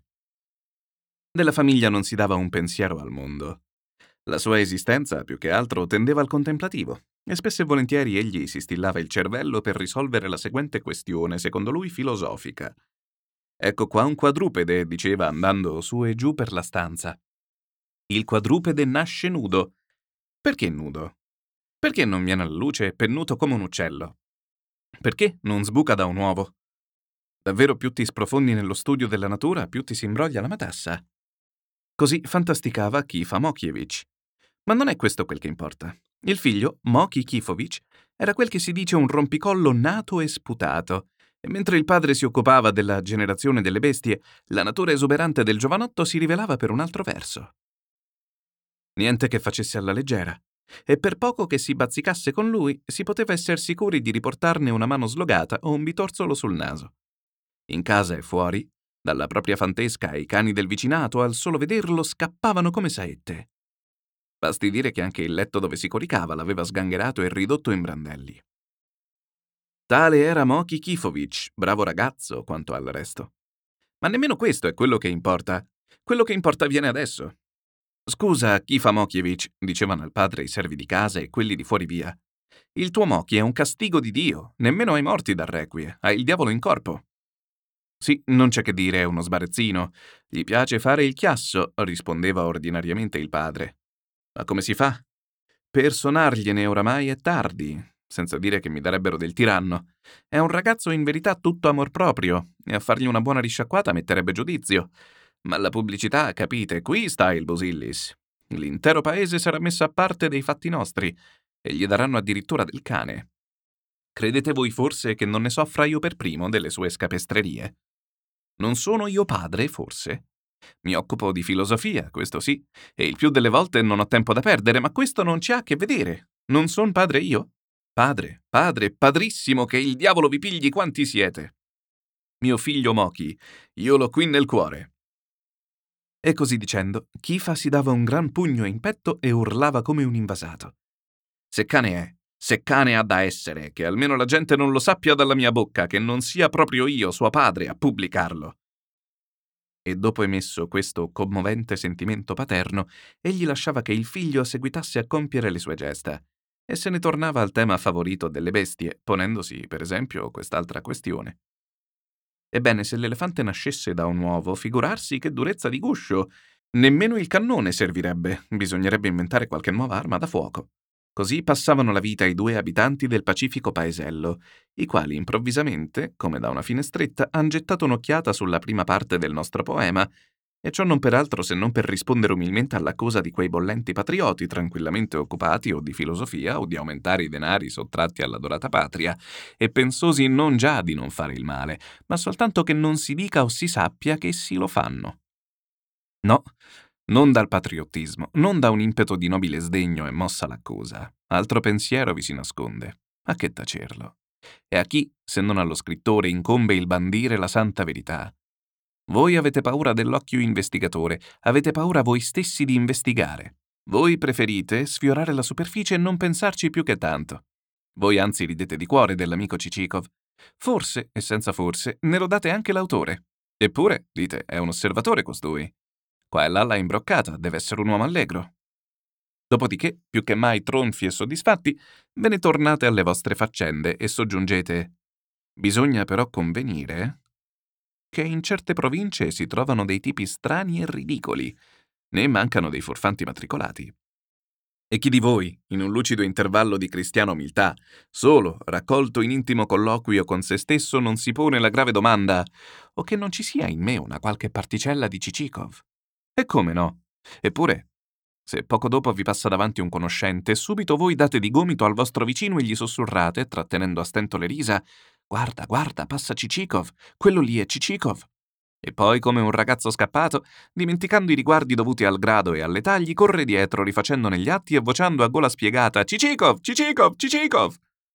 Della famiglia non si dava un pensiero al mondo. La sua esistenza, più che altro, tendeva al contemplativo, e spesso e volentieri egli si stillava il cervello per risolvere la seguente questione, secondo lui filosofica. Ecco qua un quadrupede, diceva andando su e giù per la stanza. Il quadrupede nasce nudo. Perché nudo? Perché non viene alla luce pennuto come un uccello? Perché non sbuca da un uovo? Davvero più ti sprofondi nello studio della natura, più ti si imbroglia la matassa. Così fantasticava Kifa Mokievich. Ma non è questo quel che importa. Il figlio, Moki Kifovich, era quel che si dice un rompicollo nato e sputato, e mentre il padre si occupava della generazione delle bestie, la natura esuberante del giovanotto si rivelava per un altro verso. Niente che facesse alla leggera, e per poco che si bazzicasse con lui, si poteva esser sicuri di riportarne una mano slogata o un bitorzolo sul naso. In casa e fuori, dalla propria fantesca ai cani del vicinato, al solo vederlo scappavano come saette. Basti dire che anche il letto dove si coricava l'aveva sgangherato e ridotto in brandelli. Tale era Moki Kifovich, bravo ragazzo quanto al resto. Ma nemmeno questo è quello che importa. Quello che importa viene adesso. Scusa, Kifa Mokievich, dicevano al padre i servi di casa e quelli di fuori via. Il tuo Moki è un castigo di Dio, nemmeno ai morti dal requie, ha il diavolo in corpo. Sì, non c'è che dire, è uno sbarazzino. Gli piace fare il chiasso, rispondeva ordinariamente il padre. Ma come si fa? Per suonargliene oramai è tardi, senza dire che mi darebbero del tiranno. È un ragazzo in verità tutto amor proprio, e a fargli una buona risciacquata metterebbe giudizio. Ma la pubblicità, capite, qui sta il Busillis. L'intero paese sarà messo a parte dei fatti nostri, e gli daranno addirittura del cane. Credete voi forse che non ne soffra io per primo delle sue scapestrerie? Non sono io padre, forse? Mi occupo di filosofia, questo sì, e il più delle volte non ho tempo da perdere, ma questo non ci ha a che vedere. Non son padre io? Padre, padre, padrissimo, che il diavolo vi pigli quanti siete. Mio figlio Moki, io l'ho qui nel cuore. E così dicendo, Kifa si dava un gran pugno in petto e urlava come un invasato. Se cane è, se cane ha da essere, che almeno la gente non lo sappia dalla mia bocca, che non sia proprio io, suo padre, a pubblicarlo. E dopo emesso questo commovente sentimento paterno, egli lasciava che il figlio seguitasse a compiere le sue gesta, e se ne tornava al tema favorito delle bestie, ponendosi, per esempio, quest'altra questione. Ebbene, se l'elefante nascesse da un uovo, figurarsi che durezza di guscio! Nemmeno il cannone servirebbe, bisognerebbe inventare qualche nuova arma da fuoco. Così passavano la vita i due abitanti del pacifico paesello, i quali improvvisamente, come da una finestretta, han gettato un'occhiata sulla prima parte del nostro poema, e ciò non peraltro se non per rispondere umilmente all'accusa di quei bollenti patrioti tranquillamente occupati o di filosofia o di aumentare i denari sottratti all'adorata patria, e pensosi non già di non fare il male, ma soltanto che non si dica o si sappia che essi lo fanno. No, non dal patriottismo, non da un impeto di nobile sdegno è mossa l'accusa. Altro pensiero vi si nasconde. A che tacerlo? E a chi, se non allo scrittore, incombe il bandire la santa verità? Voi avete paura dell'occhio investigatore, avete paura voi stessi di investigare. Voi preferite sfiorare la superficie e non pensarci più che tanto. Voi anzi ridete di cuore dell'amico Cicikov. Forse, e senza forse, ne lodate anche l'autore. Eppure, dite, è un osservatore costui. Qua e là l'ha imbroccata, deve essere un uomo allegro. Dopodiché, più che mai tronfi e soddisfatti, ve ne tornate alle vostre faccende e soggiungete: bisogna però convenire che in certe province si trovano dei tipi strani e ridicoli, né mancano dei furfanti matricolati. E chi di voi, in un lucido intervallo di cristiana umiltà, solo, raccolto in intimo colloquio con se stesso, non si pone la grave domanda: o che non ci sia in me una qualche particella di Cicikov? E come no? Eppure, se poco dopo vi passa davanti un conoscente, subito voi date di gomito al vostro vicino e gli sussurrate, trattenendo a stento le risa: guarda, guarda, passa Cicikov, quello lì è Cicikov. E poi, come un ragazzo scappato, dimenticando i riguardi dovuti al grado e alle tagli, corre dietro, rifacendone gli atti e vociando a gola spiegata: Cicikov, Cicikov, Cicikov!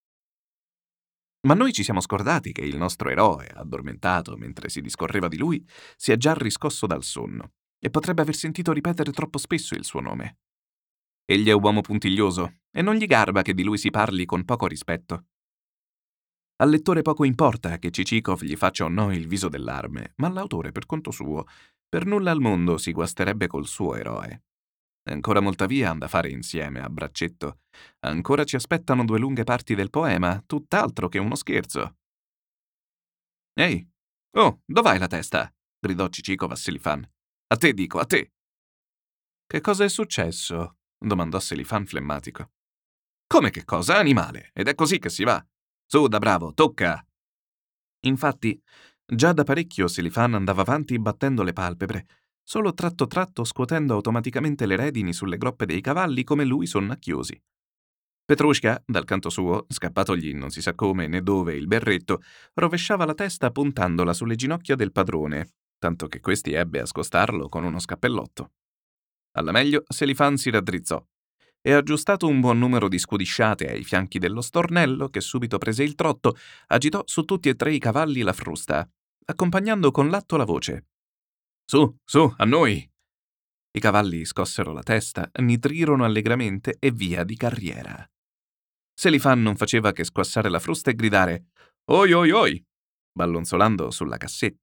Ma noi ci siamo scordati che il nostro eroe, addormentato mentre si discorreva di lui, si è già riscosso dal sonno e potrebbe aver sentito ripetere troppo spesso il suo nome. Egli è uomo puntiglioso e non gli garba che di lui si parli con poco rispetto. Al lettore poco importa che Cicikov gli faccia o no il viso dell'arme, ma l'autore, per conto suo, per nulla al mondo si guasterebbe col suo eroe. Ancora molta via han da fare insieme, a braccetto. Ancora ci aspettano 2 lunghe parti del poema, tutt'altro che uno scherzo. Ehi! Oh, dov'hai la testa? Gridò Cicikov a Selifan. A te dico, a te! Che cosa è successo? Domandò Selifan flemmatico. Come che cosa, animale? Ed è così che si va. Su, da bravo, tocca! Infatti, già da parecchio Selifan andava avanti battendo le palpebre, solo tratto tratto scuotendo automaticamente le redini sulle groppe dei cavalli come lui sonnacchiosi. Petrushka, dal canto suo, scappatogli non si sa come né dove il berretto, rovesciava la testa puntandola sulle ginocchia del padrone, tanto che questi ebbe a scostarlo con uno scappellotto. Alla meglio, Selifan si raddrizzò e, aggiustato un buon numero di scudisciate ai fianchi dello stornello, che subito prese il trotto, agitò su tutti e 3 i cavalli la frusta, accompagnando con l'atto la voce. Su, su, a noi! I cavalli scossero la testa, nitrirono allegramente e via di carriera. Selifan non faceva che squassare la frusta e gridare «Oi, oi, oi!», ballonzolando sulla cassetta.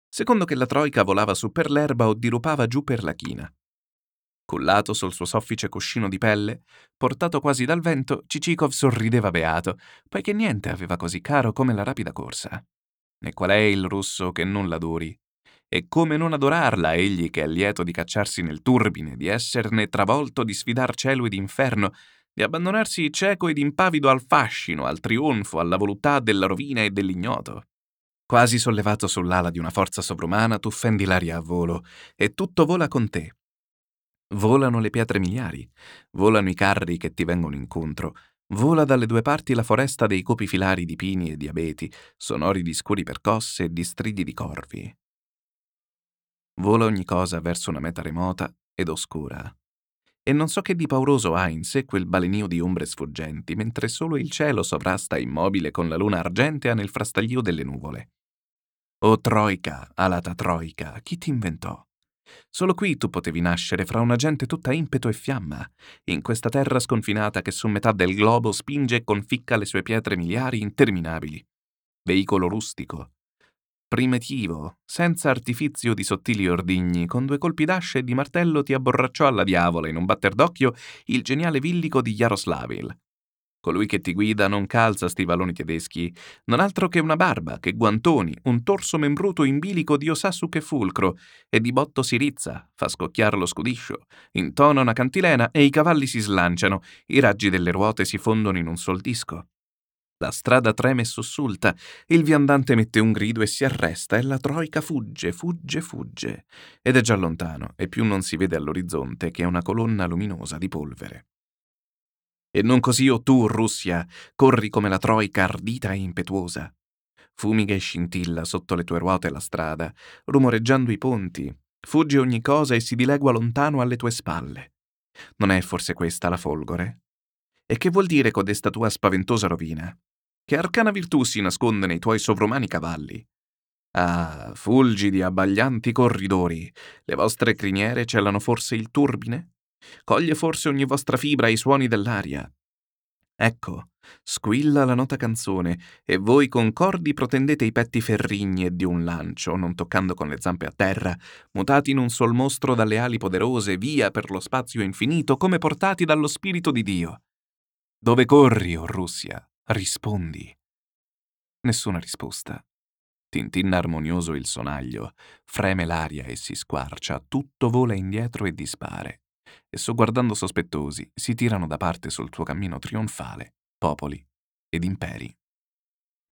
secondo che la troika volava su per l'erba o dirupava giù per la china. Cullato sul suo soffice cuscino di pelle, portato quasi dal vento, Cicikov sorrideva beato, poiché niente aveva così caro come la rapida corsa. E qual è il russo che non l'adori? E come non adorarla, egli che è lieto di cacciarsi nel turbine, di esserne travolto, di sfidar cielo ed inferno, di abbandonarsi cieco ed impavido al fascino, al trionfo, alla voluttà della rovina e dell'ignoto. Quasi sollevato sull'ala di una forza sovrumana, tu fendi l'aria a volo, e tutto vola con te. Volano le pietre miliari, volano i carri che ti vengono incontro, vola dalle due parti la foresta dei cupi filari di pini e di abeti, sonori di scuri percosse e di stridi di corvi. Vola ogni cosa verso una meta remota ed oscura. E non so che di pauroso ha in sé quel balenio di ombre sfuggenti, mentre solo il cielo sovrasta immobile con la luna argentea nel frastaglio delle nuvole. O Troika, alata Troika, chi ti inventò? Solo qui tu potevi nascere fra una gente tutta impeto e fiamma, in questa terra sconfinata che su metà del globo spinge e conficca le sue pietre miliari interminabili. Veicolo rustico, primitivo, senza artifizio di sottili ordigni, con due colpi d'ascia e di martello ti abborracciò alla diavola in un batter d'occhio il geniale villico di Jaroslavl. Colui che ti guida non calza stivaloni tedeschi, non altro che una barba, che guantoni, un torso membruto in bilico Dio sa su che fulcro, e di botto si rizza, fa scocchiare lo scudiscio, intona una cantilena e i cavalli si slanciano, i raggi delle ruote si fondono in un sol disco. La strada treme e sussulta, il viandante mette un grido e si arresta, e la troika fugge, fugge, fugge, ed è già lontano, e più non si vede all'orizzonte che una colonna luminosa di polvere. E non così o tu, Russia, corri come la troika ardita e impetuosa. Fumiga e scintilla sotto le tue ruote la strada, rumoreggiando i ponti, fugge ogni cosa e si dilegua lontano alle tue spalle. Non è forse questa la folgore? E che vuol dire codesta tua spaventosa rovina? Che arcana virtù si nasconde nei tuoi sovrumani cavalli? Ah, fulgidi abbaglianti corridori, le vostre criniere celano forse il turbine? Coglie forse ogni vostra fibra i suoni dell'aria? Ecco, squilla la nota canzone, e voi concordi protendete i petti ferrigni e di un lancio, non toccando con le zampe a terra, mutati in un sol mostro dalle ali poderose, via per lo spazio infinito, come portati dallo spirito di Dio. Dove corri, o Russia? Rispondi. Nessuna risposta. Tintinna armonioso il sonaglio, freme l'aria e si squarcia, tutto vola indietro e dispare. E sogguardando sospettosi, si tirano da parte sul tuo cammino trionfale popoli ed imperi.